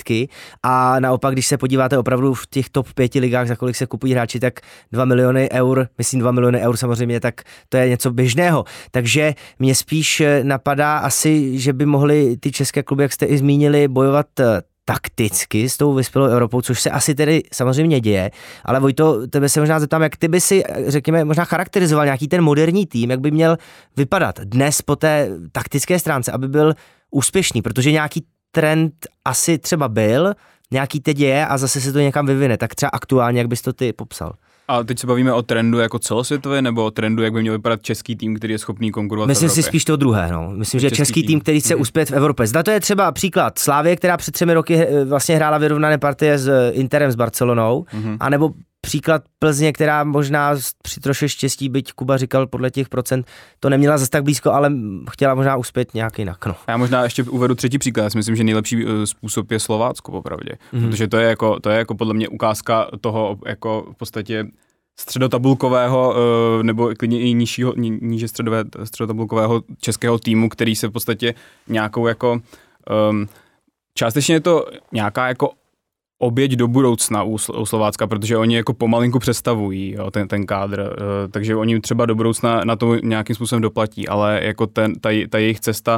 a naopak, když se podíváte opravdu v těch top 5 ligách, za kolik se kupují hráči, tak 2 miliony eur, myslím 2 miliony eur samozřejmě, tak to je něco běžného. Takže mě spíš napadá asi, že by mohly ty české kluby, jak jste i zmínili, bojovat takticky s tou vyspělou Evropou, což se asi tedy samozřejmě děje, ale Vojto, tebe se možná zeptám, jak ty by si, řekněme, možná charakterizoval nějaký ten moderní tým, jak by měl vypadat dnes po té taktické stránce, aby byl úspěšný, protože nějaký trend asi třeba byl, nějaký teď je a zase se to někam vyvine, tak třeba aktuálně, jak bys to ty popsal? A teď se bavíme o trendu jako celosvětově, nebo o trendu, jak by měl vypadat český tým, který je schopný konkurovat v Evropě? Myslím si spíš to druhé, no. Myslím, že český tým, který chce uspět v Evropě. Zda to je třeba příklad Slavie, která před 3 roky vlastně hrála vyrovnané partie s Interem s Barcelonou, anebo příklad Plzně, která možná při troše štěstí, byť Kuba říkal podle těch procent, to neměla zase tak blízko, ale chtěla možná uspět nějak jinak. No. Já možná ještě uvedu třetí příklad. Já si myslím, že nejlepší způsob je Slovácko popravdě, protože to je jako podle mě ukázka toho jako v podstatě středotabulkového nebo klidně i níže středotabulkového českého týmu, který se v podstatě nějakou jako částečně je to nějaká jako oběť do budoucna u Slovácka, protože oni jako pomalinku přestavují, jo, ten kádr, takže oni třeba do budoucna na to nějakým způsobem doplatí, ale jako ta jejich cesta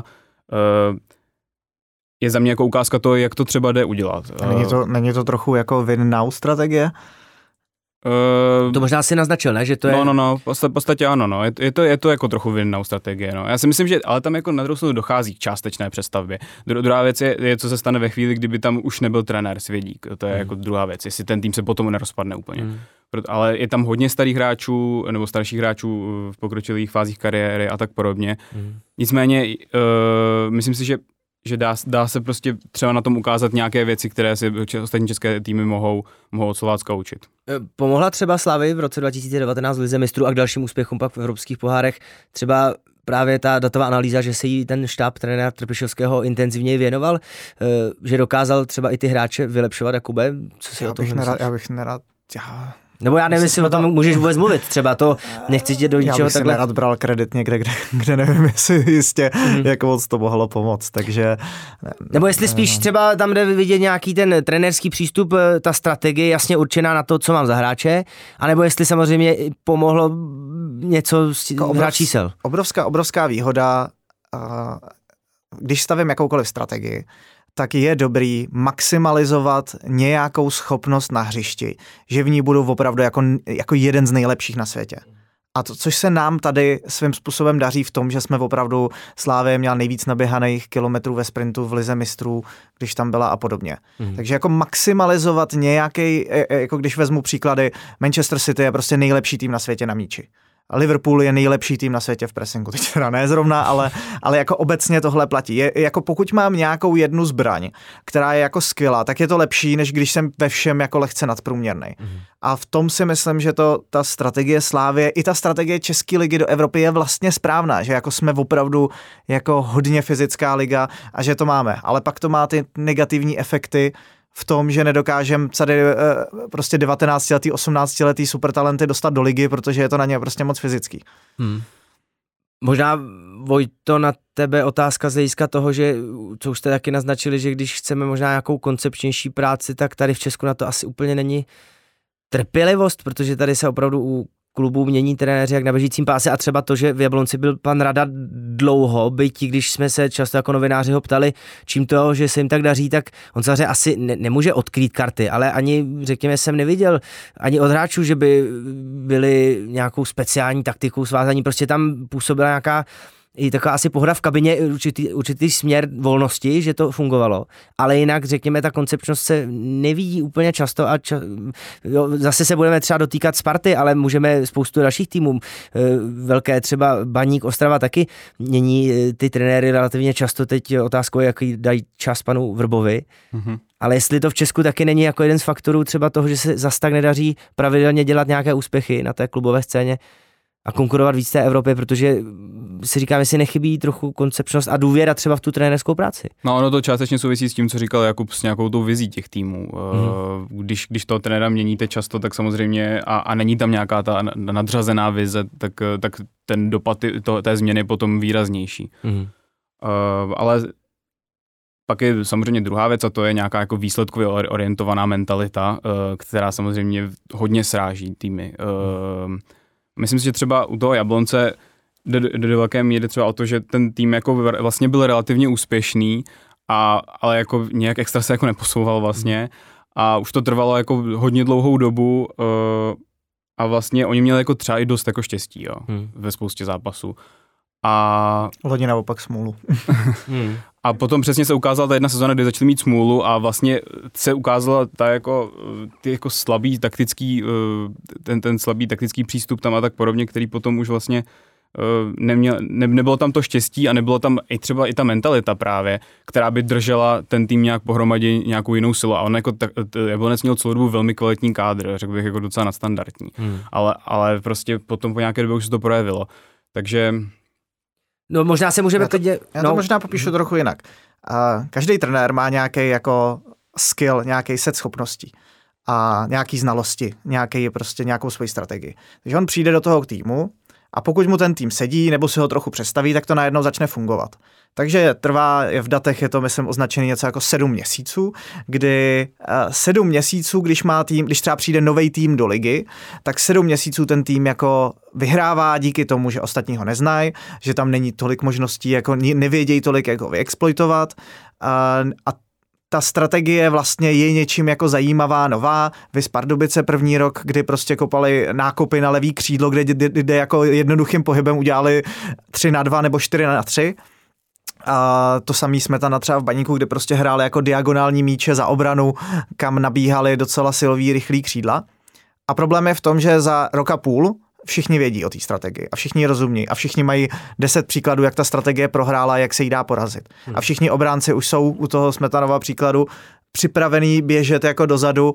je za mě jako ukázka toho, jak to třeba jde udělat. Není to trochu jako win now strategie? To možná si naznačil, ne? Že to je... No, v podstatě ano, no. Je to jako trochu win now strategie, no. Já si myslím, že ale tam jako na druhou stranu dochází k částečné přestavbě. Druhá věc je, co se stane ve chvíli, kdyby tam už nebyl trenér Svědík. To je jako druhá věc, jestli ten tým se potom nerozpadne úplně. Ale je tam hodně starých hráčů nebo starších hráčů v pokročilých fázích kariéry a tak podobně. Nicméně myslím si, že dá se prostě třeba na tom ukázat nějaké věci, které si ostatní české týmy mohou od Slovácka učit. Pomohla třeba Slavii v roce 2019 v Lize mistrů a k dalším úspěchům pak v evropských pohárech třeba právě ta datová analýza, že se jí ten štáb trenéra Trpišovského intenzivněji věnoval, že dokázal třeba i ty hráče vylepšovat, Jakube? Co si o tom myslíš? Já bych nerad... Nebo já nevím, jestli o tom můžeš vůbec mluvit, třeba to nechci tě do ničeho takhle. Já bych si nerad bral kredit někde, kde nevím, jestli jistě, jak moc to mohlo pomoct, takže... Nebo jestli spíš třeba tam jde vidět nějaký ten trenérský přístup, ta strategie jasně určená na to, co mám za hráče, anebo jestli samozřejmě pomohlo něco z hrát čísel. Obrovská výhoda když stavím jakoukoliv strategii, tak je dobrý maximalizovat nějakou schopnost na hřišti, že v ní budou opravdu jako jeden z nejlepších na světě. A to, což se nám tady svým způsobem daří v tom, že jsme opravdu Slavie měla nejvíc naběhaných kilometrů ve sprintu v Lize mistrů, když tam byla a podobně. Takže jako maximalizovat nějaký, jako když vezmu příklady, Manchester City je prostě nejlepší tým na světě na míči. Liverpool je nejlepší tým na světě v pressingu, teď teda ne zrovna, ale jako obecně tohle platí. Jako pokud mám nějakou jednu zbraň, která je jako skvělá, tak je to lepší, než když jsem ve všem jako lehce nadprůměrný. A v tom si myslím, že ta strategie Slavie, i ta strategie České ligy do Evropy je vlastně správná, že jako jsme opravdu jako hodně fyzická liga a že to máme. Ale pak to má ty negativní efekty v tom, že nedokážeme tady prostě 19letý, 18letý supertalenty dostat do ligy, protože je to na ně prostě moc fyzický. Možná, Vojto, na tebe otázka z hlediska toho, že, co už jste taky naznačili, že když chceme možná nějakou koncepčnější práci, tak tady v Česku na to asi úplně není trpělivost, protože tady se opravdu u klubů mění trenéři jak na běžícím páse a třeba to, že v Jablonci byl pan Rada dlouho, byť když jsme se často jako novináři ho ptali, čím to, že se jim tak daří, tak on samozřejmě asi nemůže odkrýt karty, ale ani, řekněme, jsem neviděl ani od hráčů, že by byli nějakou speciální taktikou svázaní, prostě tam působila nějaká i taková asi pohoda v kabině, určitý směr volnosti, že to fungovalo, ale jinak, řekněme, ta koncepčnost se nevidí úplně často a zase se budeme třeba dotýkat Sparty, ale můžeme spoustu dalších týmů, velké třeba Baník, Ostrava taky mění ty trenéry relativně často, teď otázkou je, jaký dají čas panu Vrbovi, ale jestli to v Česku taky není jako jeden z faktorů třeba toho, že se zas tak nedaří pravidelně dělat nějaké úspěchy na té klubové scéně, a konkurovat víc té Evropě, protože si říkám, jestli nechybí trochu koncepčnost a důvěra třeba v tu trenérskou práci. No ono to částečně souvisí s tím, co říkal Jakub, s nějakou tou vizí těch týmů. Když toho trenéra měníte často, tak samozřejmě a není tam nějaká ta nadřazená vize, tak ten dopad té změny je potom výraznější. Ale pak je samozřejmě druhá věc a to je nějaká jako výsledkově orientovaná mentalita, která samozřejmě hodně sráží týmy. Myslím si, že třeba u toho Jablonce do velké míry třeba o to, že ten tým jako vlastně byl relativně úspěšný, ale jako nějak extra se jako neposouval vlastně a už to trvalo jako hodně dlouhou dobu a vlastně oni měli jako třeba i dost jako štěstí, jo, ve spoustě zápasů. A loni naopak smůlu. A potom přesně se ukázala ta jedna sezóna, kdy začali mít smůlu a vlastně se ukázala ty jako slabý taktický, ten slabý taktický přístup tam a tak podobně, který potom už vlastně nebylo tam to štěstí a nebylo tam třeba i ta mentalita právě, která by držela ten tým nějak pohromadě nějakou jinou silu. A on jako Jablonec měl celou dobu velmi kvalitní kádr, řekl bych jako docela nadstandardní. Ale prostě potom po nějaké době už se to projevilo. Takže no možná se můžeme Já to možná popíšu trochu jinak. Každý trenér má nějaký jako skill, nějaký set schopností a nějaký znalosti, nějakou svoji strategii. Takže on přijde do toho týmu a pokud mu ten tým sedí nebo si ho trochu přestaví, tak to najednou začne fungovat. Takže je v datech je to, myslím, označený něco jako 7 měsíců, kdy 7 měsíců, když třeba přijde nový tým do ligy, tak 7 měsíců ten tým jako vyhrává díky tomu, že ostatní ho neznají, že tam není tolik možností, jako nevědějí tolik, jak ho vyexploitovat a ta strategie vlastně je něčím jako zajímavá, nová. Vys Pardubice první rok, kdy prostě kopali nákopy na levý křídlo, kde jako jednoduchým pohybem udělali 3-2 nebo 4-3. A to samý Smetana třeba v Baníku, kde prostě hráli jako diagonální míče za obranu, kam nabíhali docela silový, rychlý křídla. A problém je v tom, že za rok a půl všichni vědí o té strategii a všichni rozumí a všichni mají 10 příkladů, jak ta strategie prohrála, jak se jí dá porazit. A všichni obránci už jsou u toho Smetanova příkladu připravený běžet jako dozadu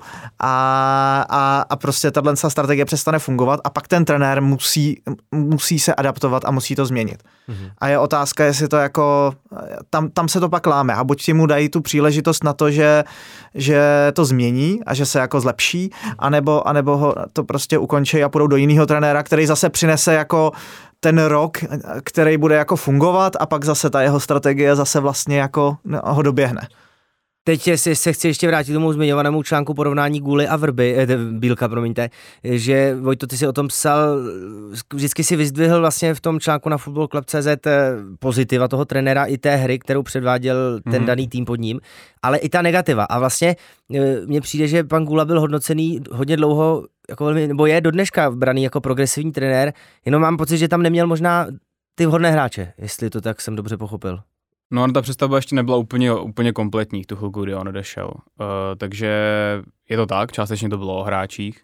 a prostě tato strategie přestane fungovat a pak ten trenér musí se adaptovat a musí to změnit. A je otázka, jestli to jako, tam se to pak láme a buď ti mu dají tu příležitost na to, že to změní a že se jako zlepší, anebo ho to prostě ukončí a půjdou do jiného trenéra, který zase přinese jako ten rok, který bude jako fungovat a pak zase ta jeho strategie zase vlastně jako ho doběhne. Teď se chci ještě vrátit k tomu zmiňovanému článku porovnání Guly a Bílka, promiňte, že Vojto, ty si o tom psal, vždycky si vyzdvihl vlastně v tom článku na footballclub.cz pozitiva toho trenéra i té hry, kterou předváděl ten daný tým pod ním, ale i ta negativa. A vlastně mně přijde, že pan Gula byl hodnocený hodně dlouho, jako velmi, nebo je do dneška braný jako progresivní trenér, jenom mám pocit, že tam neměl možná ty vhodné hráče, jestli to tak jsem dobře pochopil. No, ta přestavba ještě nebyla úplně kompletní v tu chvilku, kdy on odešel. Takže je to tak, částečně to bylo o hráčích.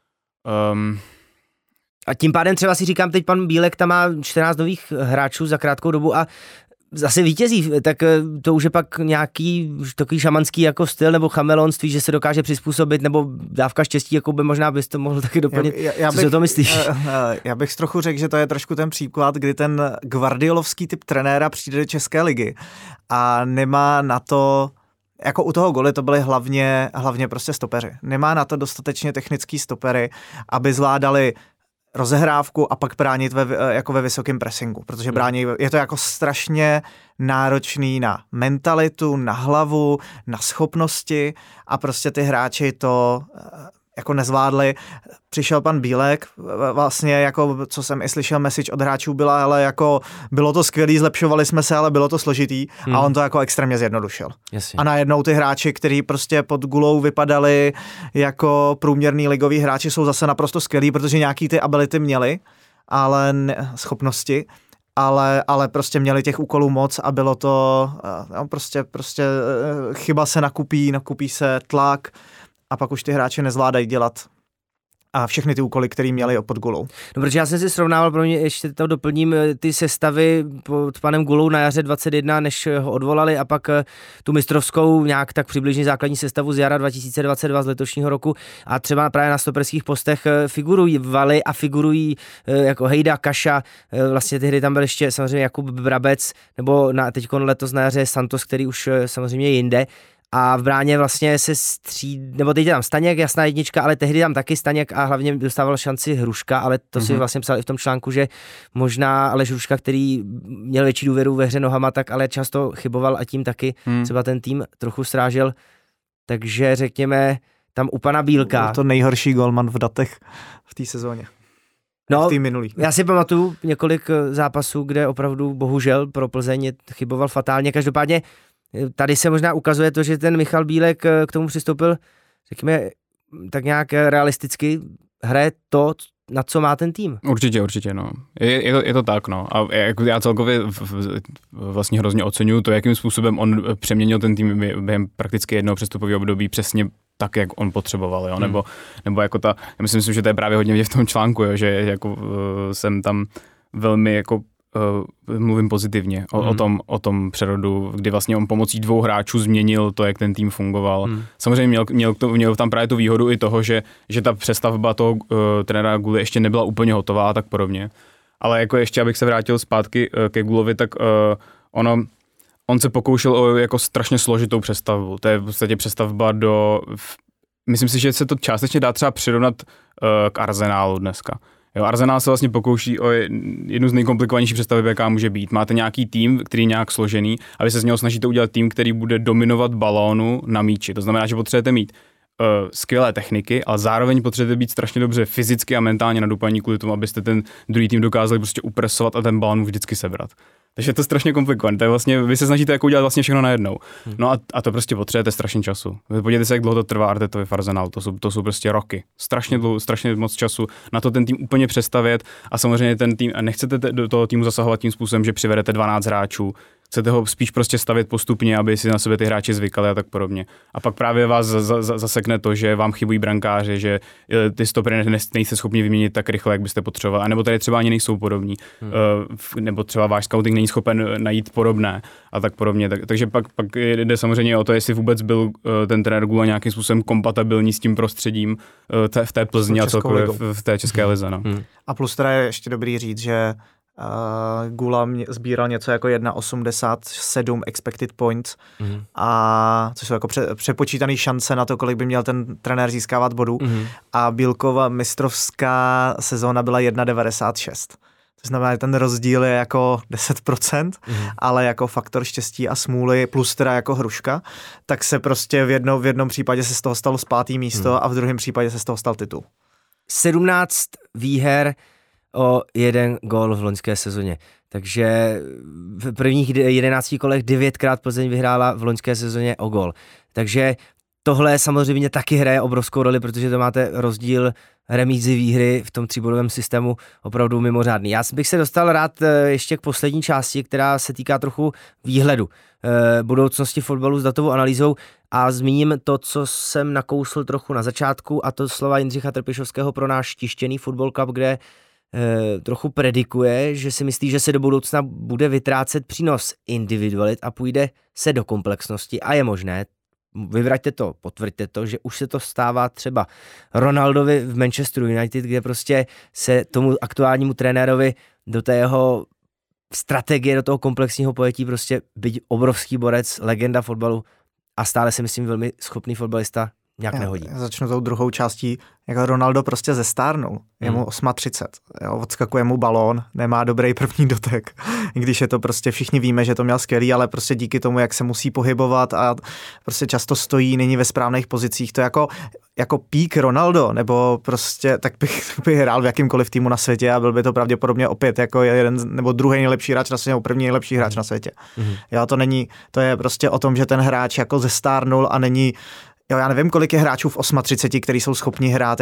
A tím pádem třeba si říkám, teď pan Bílek tam má 14 nových hráčů za krátkou dobu a zase vítězí, tak to už je pak nějaký takový šamanský jako styl nebo chamelonství, že se dokáže přizpůsobit, nebo dávka štěstí, jako by možná bys to mohl taky doplnit. Co si o to myslíš? Já bych trochu řekl, že to je trošku ten příklad, kdy ten guardiolovský typ trenéra přijde do České ligy a nemá na to, jako u toho Goly to byly hlavně prostě stopeři. Nemá na to dostatečně technický stopery, aby zvládali rozehrávku a pak bránit jako ve vysokém pressingu, protože je to jako strašně náročný na mentalitu, na hlavu, na schopnosti a prostě ty hráči to jako nezvládli. Přišel pan Bílek, vlastně jako, co jsem i slyšel message od hráčů byla, ale jako bylo to skvělý, zlepšovali jsme se, ale bylo to složitý a on to jako extrémně zjednodušil. Jasně. A najednou ty hráči, kteří prostě pod Gulou vypadali jako průměrný ligový hráči, jsou zase naprosto skvělí, protože nějaký ty ability měli, ale schopnosti, ale prostě měli těch úkolů moc a bylo to prostě chyba se nakupí se tlak a pak už ty hráči nezvládají dělat a všechny ty úkoly, které měli pod Gulou. No, protože já jsem si srovnával, pro mě ještě to doplním, ty sestavy pod panem Gulou na jaře 21, než ho odvolali a pak tu mistrovskou nějak tak přibližně základní sestavu z jara 2022 z letošního roku a třeba právě na stoperských postech figurují Valy a figurují jako Hejda, Kaša, vlastně ty hry tam byl ještě samozřejmě Jakub Brabec, nebo teďkon letos na jaře Santos, který už samozřejmě je jinde. A v bráně vlastně se nebo teď je tam Staněk, jasná jednička, ale tehdy tam taky Staněk a hlavně dostával šanci Hruška, ale to si vlastně psal i v tom článku, že možná Aleš Hruška, který měl větší důvěru ve hře nohama, tak ale často chyboval a tím taky třeba ten tým trochu srážel. Takže řekněme, tam u pana Bílka. Byl to nejhorší golman v datech v té sezóně. No, v té minulý. Já si pamatuju několik zápasů, kde opravdu bohužel pro Plzeň chyboval fatálně. Každopádně tady se možná ukazuje to, že ten Michal Bílek k tomu přistoupil, řekněme, tak nějak realisticky, hraje to, na co má ten tým. Určitě, no. Je to tak, no. A já celkově vlastně hrozně oceňuju to, jakým způsobem on přeměnil ten tým během prakticky jednoho přestupového období přesně tak, jak on potřeboval, jo. Nebo jako já myslím, že to je právě hodně v tom článku, jo, že jako jsem tam velmi jako mluvím pozitivně o tom přerodu, kdy vlastně on pomocí 2 hráčů změnil to, jak ten tým fungoval. Samozřejmě měl tam právě tu výhodu i toho, že ta přestavba toho trenéra Guly ještě nebyla úplně hotová a tak podobně. Ale jako ještě, abych se vrátil zpátky ke Gulovi, tak on se pokoušel o jako strašně složitou přestavbu. To je v podstatě přestavba myslím si, že se to částečně dá třeba přirovnat k Arsenálu dneska. Jo, Arsenal se vlastně pokouší o jednu z nejkomplikovanějších přestaveb, jaká může být. Máte nějaký tým, který je nějak složený, a vy se z něho snažíte udělat tým, který bude dominovat balónu na míči. To znamená, že potřebujete mít skvělé techniky, ale zároveň potřebujete být strašně dobře fyzicky a mentálně nadupaní kvůli tomu, abyste ten druhý tým dokázali prostě upresovat a ten balón vždycky sebrat. Takže je to strašně komplikované. To je vlastně, vy se snažíte jako udělat vlastně všechno najednou. No a to prostě potřebujete strašně času. Podívejte se, jak dlouho to trvá Artetovi v Arsenalu. To jsou prostě roky. Strašně moc času na to ten tým úplně přestavět a samozřejmě ten tým, a nechcete do toho týmu zasahovat tím způsobem, že přivedete 12 hráčů. Chcete ho spíš prostě stavět postupně, aby si na sebe ty hráči zvykali a tak podobně. A pak právě vás zasekne to, že vám chybují brankáři, že ty stopery nejste schopni vyměnit tak rychle, jak byste potřebovali. A nebo tady třeba ani nejsou podobní. Nebo třeba váš scouting není schopen najít podobné a tak podobně. Takže pak jde samozřejmě o to, jestli vůbec byl ten trenér Gula nějakým způsobem kompatibilní s tím prostředím v té Plzni a celkově v té české lize. No. A plus teda je ještě dobrý říct, že Gula sbíral něco jako 1,87 expected points, a což jsou jako přepočítaný šance na to, kolik by měl ten trenér získávat bodů, a Bílkova mistrovská sezóna byla 1,96. To znamená, že ten rozdíl je jako 10%, ale jako faktor štěstí a smůly plus teda jako hruška, tak se prostě v jednom případě se z toho stalo 5. místo a v druhém případě se z toho stal titul. 17 výher o 1 gól v loňské sezóně. Takže v prvních 11 kolech 9krát Plzeň vyhrála v loňské sezóně o gól. Takže tohle samozřejmě taky hraje obrovskou roli, protože to máte rozdíl remízy výhry v tom tříbodovém systému opravdu mimořádný. Já bych se dostal rád ještě k poslední části, která se týká trochu výhledu budoucnosti fotbalu s datovou analýzou a zmíním to, co jsem nakousl trochu na začátku, a to slova Jindřicha Trpišovského pro náš tištěný Football Club, kde trochu predikuje, že si myslí, že se do budoucna bude vytrácet přínos individualit a půjde se do komplexnosti a je možné, vyvraťte to, potvrďte to, že už se to stává třeba Ronaldovi v Manchesteru United, kde prostě se tomu aktuálnímu trenérovi do té jeho strategie, do toho komplexního pojetí prostě byť obrovský borec, legenda fotbalu a stále si myslím velmi schopný fotbalista nějak nehodí. Já začnu tou druhou částí, jako Ronaldo prostě zestárnul, je mu 38, jo, odskakuje mu balón, nemá dobrý první dotek, i když je to prostě, všichni víme, že to měl skvělý, ale prostě díky tomu, jak se musí pohybovat a prostě často stojí, není ve správných pozicích, to jako pík Ronaldo, nebo prostě, tak bych hrál v jakýmkoliv týmu na světě a byl by to pravděpodobně opět jako jeden nebo druhý nejlepší hráč na světě, nebo první nejlepší hráč na světě. Jo, to je prostě o tom, že ten hráč jako zestárnul a není. Jo, já nevím, kolik je hráčů v 38, kteří jsou schopni hrát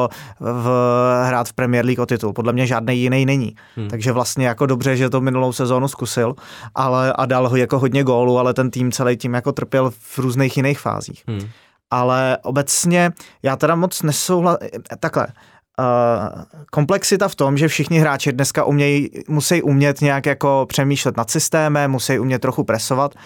hrát v Premier League o titul. Podle mě žádný jiný není. Takže vlastně jako dobře, že to minulou sezónu zkusil, a dal ho jako hodně gólů, ale ten celý tým jako trpěl v různých jiných fázích. Ale obecně já teda moc nesouhlasím. Takhle. Komplexita v tom, že všichni hráči dneska musí umět nějak jako přemýšlet nad systémem, musí umět trochu presovat.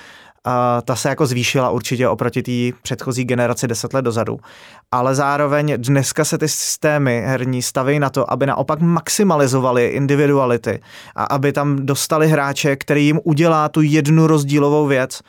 Ta se jako zvýšila určitě oproti té předchozí generaci 10 let dozadu. Ale zároveň dneska se ty systémy herní staví na to, aby naopak maximalizovali individuality a aby tam dostali hráče, který jim udělá tu jednu rozdílovou věc.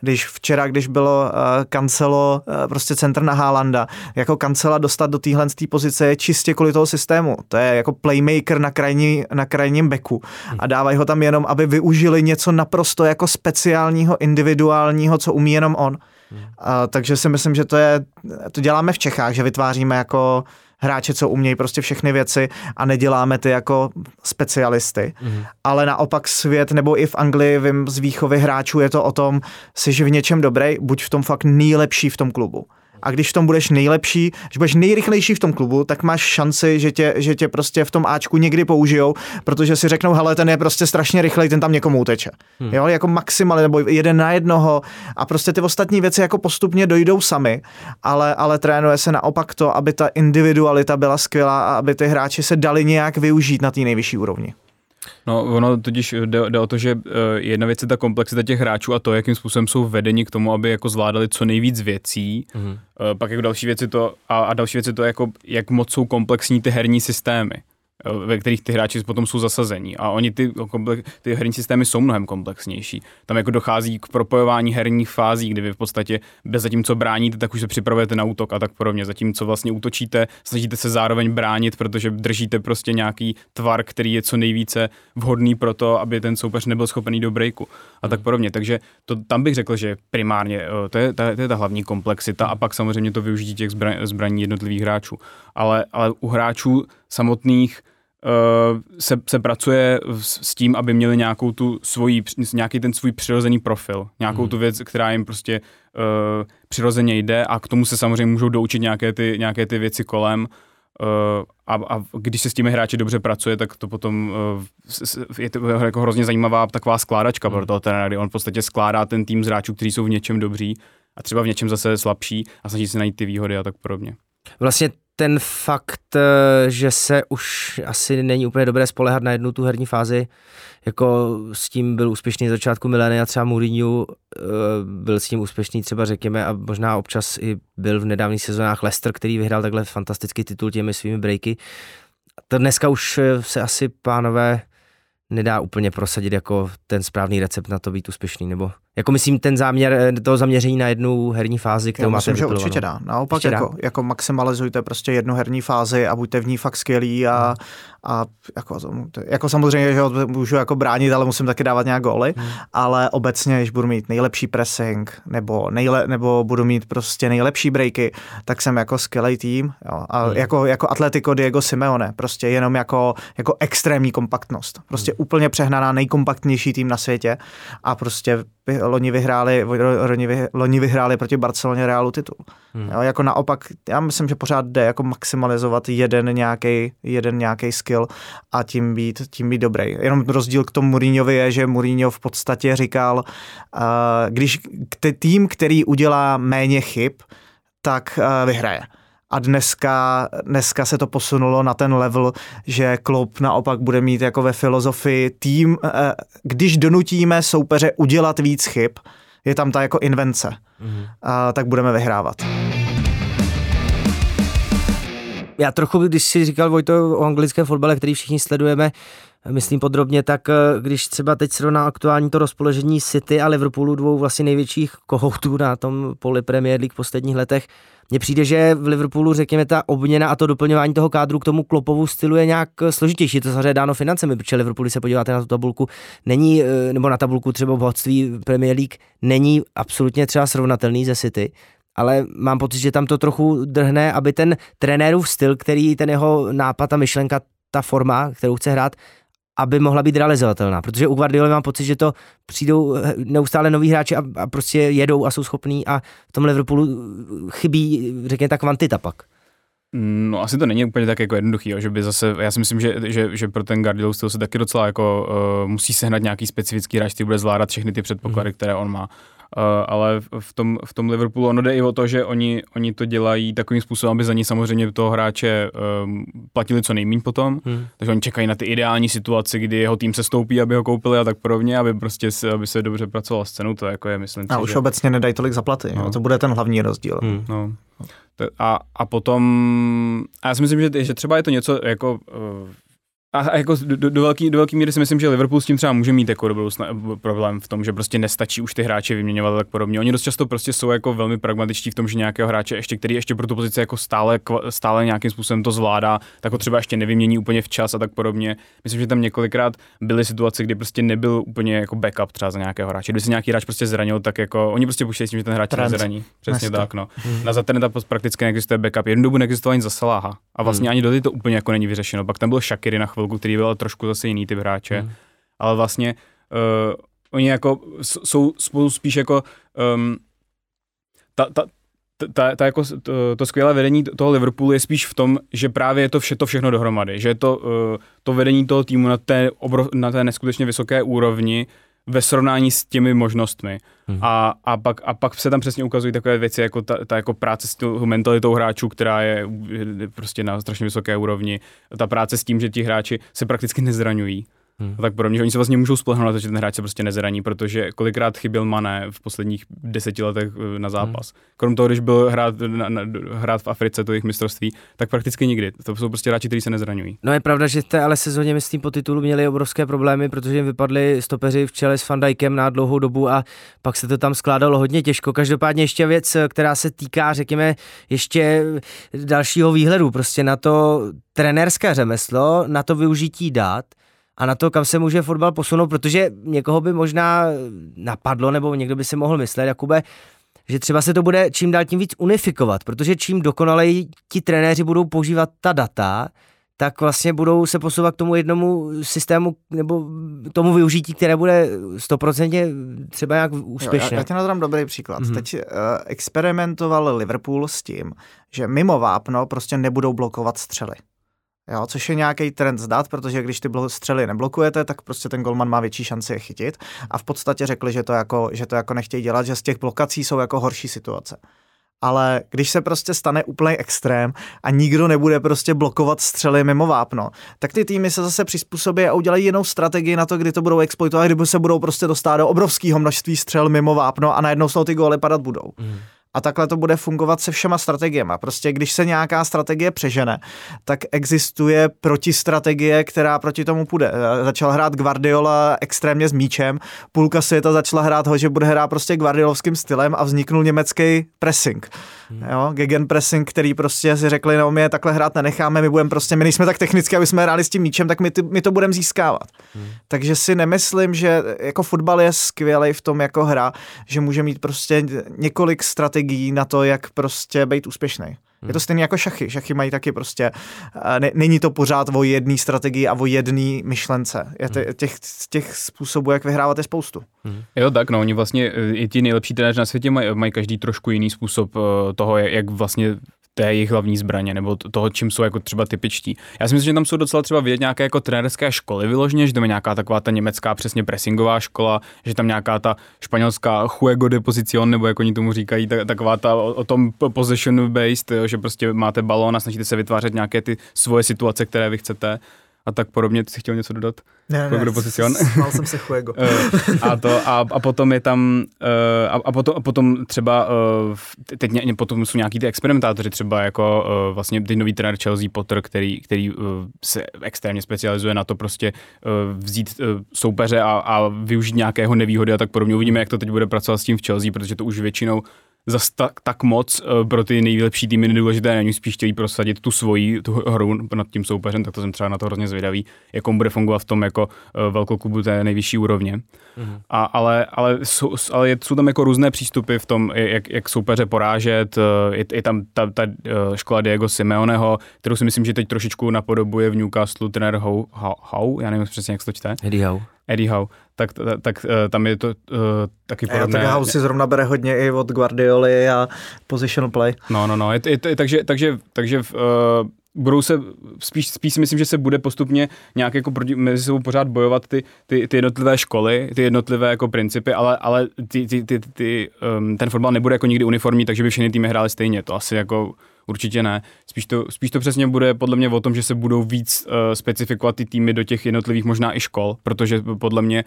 Když bylo Cancelo, prostě centr na Haalanda, jako Cancela dostat do téhle pozice je čistě kvůli toho systému. To je jako playmaker na krajním beku a dávají ho tam jenom, aby využili něco naprosto jako speciálního, individuálního, co umí jenom on. Takže si myslím, že to děláme v Čechách, že vytváříme jako hráče, co umějí prostě všechny věci a neděláme ty jako specialisty. Ale naopak svět, nebo i v Anglii, vím z výchovy hráčů, je to o tom, jsi v něčem dobrý, buď v tom fakt nejlepší v tom klubu. A když v tom budeš nejlepší, když budeš nejrychlejší v tom klubu, tak máš šanci, že tě prostě v tom Ačku někdy použijou, protože si řeknou, hele, ten je prostě strašně rychlej, ten tam někomu uteče. Jo, jako maximálně, nebo 1 na 1 a prostě ty ostatní věci jako postupně dojdou sami, ale trénuje se naopak to, aby ta individualita byla skvělá a aby ty hráči se dali nějak využít na té nejvyšší úrovni. No, ono totiž jde o to, že jedna věc je ta komplexita těch hráčů a to, jakým způsobem jsou vedeni k tomu, aby jako zvládali co nejvíc věcí. Pak jako další věci to a další věci to jako, jak moc jsou komplexní ty herní systémy, ve kterých ty hráči potom jsou zasazení. A oni ty herní systémy jsou mnohem komplexnější. Tam jako dochází k propojování herních fází, kdy vy v podstatě zatímco bráníte, tak už se připravujete na útok a tak podobně. Zatímco vlastně útočíte, snažíte se zároveň bránit, protože držíte prostě nějaký tvar, který je co nejvíce vhodný pro to, aby ten soupeř nebyl schopený do breaku a tak podobně. Takže tam bych řekl, že primárně to je ta hlavní komplexita a pak samozřejmě to využití těch zbraní jednotlivých hráčů. Ale u hráčů samotných se pracuje s tím, aby měli nějaký ten svůj přirozený profil, nějakou tu věc, která jim prostě přirozeně jde a k tomu se samozřejmě můžou doučit nějaké ty věci kolem a když se s těmi hráči dobře pracuje, tak to potom je to jako hrozně zajímavá taková skládačka pro toho trenéra, kdy on v podstatě skládá ten tým z hráčů, kteří jsou v něčem dobří a třeba v něčem zase slabší a snaží se najít ty výhody a tak podobně. Vlastně ten fakt, že se už asi není úplně dobré spoléhat na jednu tu herní fázi, jako s tím byl úspěšný z začátku milénia, třeba Mourinho byl s tím úspěšný třeba řekněme a možná občas i byl v nedávných sezónách Leicester, který vyhrál takhle fantastický titul těmi svými breaky. To dneska už se asi, pánové, nedá úplně prosadit jako ten správný recept na to být úspěšný, nebo Jako myslím ten záměr, toho zaměření na jednu herní fázi, kterou máte vypilovanou. Myslím, že určitě dá. Naopak jako maximalizujte prostě jednu herní fázi a buďte v ní fakt skvělí a jako samozřejmě, že můžu jako bránit, ale musím taky dávat nějak góly, ale obecně, když budu mít nejlepší pressing nebo budu mít prostě nejlepší breaky, tak jsem jako skvělý tým. Jo. A jako Atletico Diego Simeone, prostě jenom jako extrémní kompaktnost. Prostě úplně přehnaná, nejkompaktnější tým na světě a prostě loni vyhráli proti Barceloně Realu titul. Jo, jako naopak, já myslím, že pořád jde jako maximalizovat jeden nějaký skill a tím být dobrý. Jenom rozdíl k tomu Mourinhovi je, že Mourinho v podstatě říkal, když tým, který udělá méně chyb, tak vyhraje. A dneska se to posunulo na ten level, že Klopp naopak bude mít jako ve filozofii tým, když donutíme soupeře udělat víc chyb, je tam ta jako invence, tak budeme vyhrávat. Já trochu, když si říkal, Vojto, o anglickém fotbale, který všichni sledujeme, myslím podrobně, tak když třeba teď srovná aktuální to rozpoložení City a Liverpoolu, dvou vlastně největších kohoutů na tom poli Premier League v posledních letech, mně přijde, že v Liverpoolu, řekněme, ta obměna a to doplňování toho kádru k tomu Kloppovu stylu je nějak složitější. To samozřejmě dáno financemi, protože Liverpool, když se podíváte na tu tabulku, není, nebo na tabulku třeba bohatství Premier League, není absolutně třeba srovnatelný ze City, ale mám pocit, že tam to trochu drhne, aby ten trenérův styl, který ten jeho nápad a myšlenka, ta forma, kterou chce hrát, aby mohla být realizovatelná. Protože u Guardioly mám pocit, že to přijdou neustále noví hráči a prostě jedou a jsou schopní a v tom Liverpoolu chybí, řekněme, ta kvantita pak. No asi to není úplně tak jako jednoduchý, jo, že by zase, já si myslím, že pro ten Guardiolův styl se taky docela jako musí sehnat nějaký specifický hráč, který bude zvládat všechny ty předpoklady, které on má. Ale v tom Liverpoolu ono jde i o to, že oni to dělají takovým způsobem, aby za ní samozřejmě toho hráče platili co nejméně potom, takže oni čekají na ty ideální situace, kdy jeho tým se stoupí, aby ho koupili a tak podobně, aby se dobře pracoval s cenou, to jako je, myslím si, už že obecně nedají tolik zaplaty, no. To bude ten hlavní rozdíl. No. A potom, a já si myslím, že třeba je to něco jako a jako do velký míry si myslím, že Liverpool s tím třeba může mít jako problém v tom, že prostě nestačí už ty hráče vyměňovat a tak podobně. Oni dost často prostě jsou jako velmi pragmatičtí v tom, že nějakého hráče který ještě pro tu pozici jako stále nějakým způsobem to zvládá, tak ho třeba ještě nevymění úplně včas a tak podobně. Myslím, že tam několikrát byly situace, kdy prostě nebyl úplně jako backup třeba za nějakého hráče. Když se nějaký hráč prostě zranil, tak jako oni prostě počítají s tím, že ten hráč se zraní. Přesně tak, no. Na za Trenta prakticky neexistuje backup. Jednu dobu neexistoval ani za Salaha. A vlastně ani doteď to úplně jako není vyřešeno. Pak tam byl Shaqiri na chvilku, který byl trošku zase jiný typ hráče, ale vlastně oni jako jsou spolu spíš jako to skvělé vedení toho Liverpoolu je spíš v tom, že právě je to všechno dohromady, že je to vedení toho týmu na té neskutečně vysoké úrovni ve srovnání s těmi možnostmi. A pak se tam přesně ukazují takové věci, jako ta jako práce s tou mentalitou hráčů, která je prostě na strašně vysoké úrovni. Ta práce s tím, že ti hráči se prakticky nezraňují. A tak podobně, že oni se vlastně můžou spolehnout na to, že ten hráč se prostě nezraní, protože kolikrát chyběl Mané v posledních 10 letech na zápas. Krom toho, když byl hrát v Africe, to jejich mistrovství, tak prakticky nikdy. To jsou prostě hráči, kteří se nezraňují. No je pravda, že jste ale sezóně, myslím, po titulu měli obrovské problémy, protože jim vypadli stopeři v čele s Van Dijkem na dlouhou dobu a pak se to tam skládalo hodně těžko. Každopádně ještě věc, která se týká, řekněme, ještě dalšího výhledu, prostě na to trenérské řemeslo, na to využití dat a na to, kam se může fotbal posunout, protože někoho by možná napadlo, nebo někdo by si mohl myslet, Jakube, že třeba se to bude čím dál tím víc unifikovat, protože čím dokonaleji ti trenéři budou používat ta data, tak vlastně budou se posouvat k tomu jednomu systému nebo tomu využití, které bude 100% třeba nějak úspěšné. Já ti nadám dobrý příklad. Teď experimentoval Liverpool s tím, že mimo vápno prostě nebudou blokovat střely. Jo, což je nějaký trend zdat, protože když ty střely neblokujete, tak prostě ten golman má větší šanci je chytit a v podstatě řekli, že to jako nechtějí dělat, že z těch blokací jsou jako horší situace. Ale když se prostě stane úplný extrém a nikdo nebude prostě blokovat střely mimo vápno, tak ty týmy se zase přizpůsobí a udělají jinou strategii na to, kdy to budou exploitovat, kdy se budou prostě dostat do obrovského množství střel mimo vápno a najednou z toho ty góly padat budou. A takhle to bude fungovat se všema strategiemi. Prostě když se nějaká strategie přežene, tak existuje protistrategie, která proti tomu půjde. Začal hrát Guardiola extrémně s míčem, půlka světa začala hrát ho, že bude hrát prostě guardiolovským stylem a vzniknul německý pressing. Jo, gegenpressing, který prostě si řekli, no my je takhle hrát nenecháme, my nejsme tak technicky, aby jsme hráli s tím míčem, tak my to budeme získávat. Takže si nemyslím, že jako fotbal je skvělej v tom jako hra, že může mít prostě několik strategií na to, jak prostě být úspěšný. Je to stejně jako šachy. Šachy mají taky prostě, není to pořád o jedné strategii a o jedné myšlence. Těch způsobů, jak vyhrávat, je spoustu. Jo, tak no, oni vlastně i ti nejlepší trenéři na světě mají každý trošku jiný způsob toho, jak vlastně té jejich hlavní zbraně, nebo toho, čím jsou jako třeba typičtí. Já si myslím, že tam jsou docela třeba vidět nějaké jako trenérské školy vyloženě, že tam je nějaká taková ta německá přesně pressingová škola, že tam nějaká ta španělská juego de posición, nebo jak oni tomu říkají, taková ta o tom possession based, že prostě máte balón a snažíte se vytvářet nějaké ty svoje situace, které vy chcete. A tak podobně, ty jsi chtěl něco dodat? Ne, smál jsem se juego. A potom je tam, a potom třeba, teď potom jsou nějaký ty experimentátoři, třeba jako vlastně ty nový trenér Chelsea Potter, který se extrémně specializuje na to prostě vzít soupeře a využít nějakého nevýhody a tak podobně. Uvidíme, jak to teď bude pracovat s tím v Chelsea, protože to už většinou zas tak moc pro ty nejlepší týmy nedůležité, není spíš chtějí prosadit tu hru nad tím soupeřem, tak to jsem třeba na to hrozně zvědavý, jak on bude fungovat v tom jako velkoklubu té nejvyšší úrovně. Ale jsou tam jako různé přístupy v tom, jak soupeře porážet, je tam ta škola Diego Simeoneho, kterou si myslím, že teď trošičku napodobuje v Newcastle trenér Howe, já nevím přesně, jak se to čte. Eddie Howe. Tak tam je to taky podobné. Tak Howe si zrovna bere hodně i od Guardioli a positional play. No, takže budou se, spíš si myslím, že se bude postupně nějak jako mezi sebou pořád bojovat ty jednotlivé školy, ty jednotlivé jako principy, ale ten fotbal nebude jako nikdy uniformní, takže by všechny týmy hrály stejně, to asi jako určitě ne. Spíš to přesně bude podle mě o tom, že se budou víc specifikovat ty týmy do těch jednotlivých možná i škol, protože podle mě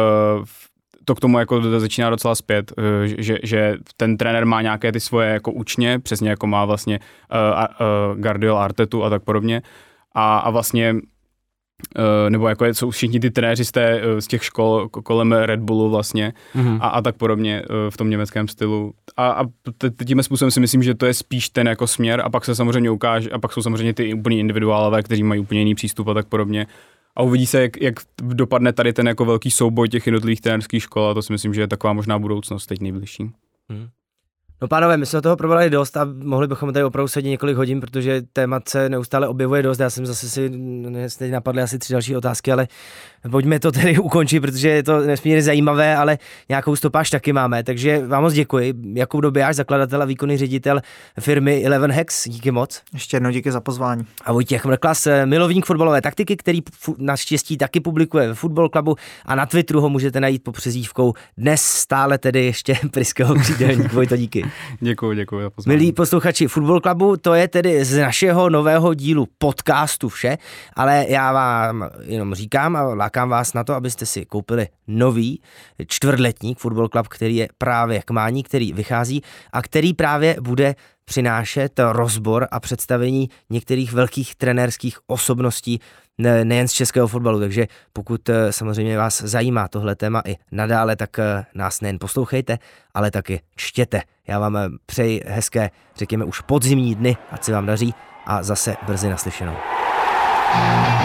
to k tomu jako začíná docela zpět, že ten trenér má nějaké ty svoje jako učně, přesně jako má vlastně Guardiola, Artetu a tak podobně. A vlastně nebo jako jsou všichni ty trenéři z těch škol kolem Red Bullu vlastně a tak podobně v tom německém stylu. A tím způsobem si myslím, že to je spíš ten jako směr a pak se samozřejmě ukáže, a pak jsou samozřejmě ty úplně individuálové, kteří mají úplně jiný přístup a tak podobně. A uvidí se, jak dopadne tady ten jako velký souboj těch jednotlivých trenérských škol a to si myslím, že je taková možná budoucnost teď nejbližší. No pánové, my jsme toho probrali dost a mohli bychom tady opravdu sedět několik hodin, protože témat se neustále objevuje dost. Já jsem zase si teď napadly asi 3 další otázky, ale pojďme to tedy ukončit, protože je to nesmírně zajímavé, ale nějakou stopáž taky máme. Takže vám moc děkuji. Jakub Dobijáš, zakladatel a výkonný ředitel firmy 11 Hacks, díky moc. Ještě jednou díky za pozvání. A Vojtěch Mrklas, milovník fotbalové taktiky, který naštěstí taky publikuje ve Football Clubu a na Twitteru ho můžete najít pod přezdívkou dnes stále tedy ještě Pryského křídelník. Vojto, díky. Děkuji za pozvání. Milí posluchači Football Clubu, to je tedy z našeho nového dílu podcastu vše, ale já vám jenom říkám a lákám vás na to, abyste si koupili nový čtvrtletník Football Club, který je právě k mání, který vychází a který právě bude přinášet rozbor a představení některých velkých trenérských osobností nejen z českého fotbalu, takže pokud samozřejmě vás zajímá tohle téma i nadále, tak nás nejen poslouchejte, ale taky čtěte. Já vám přeji hezké, řekněme už podzimní dny, ať se vám daří a zase brzy naslyšenou.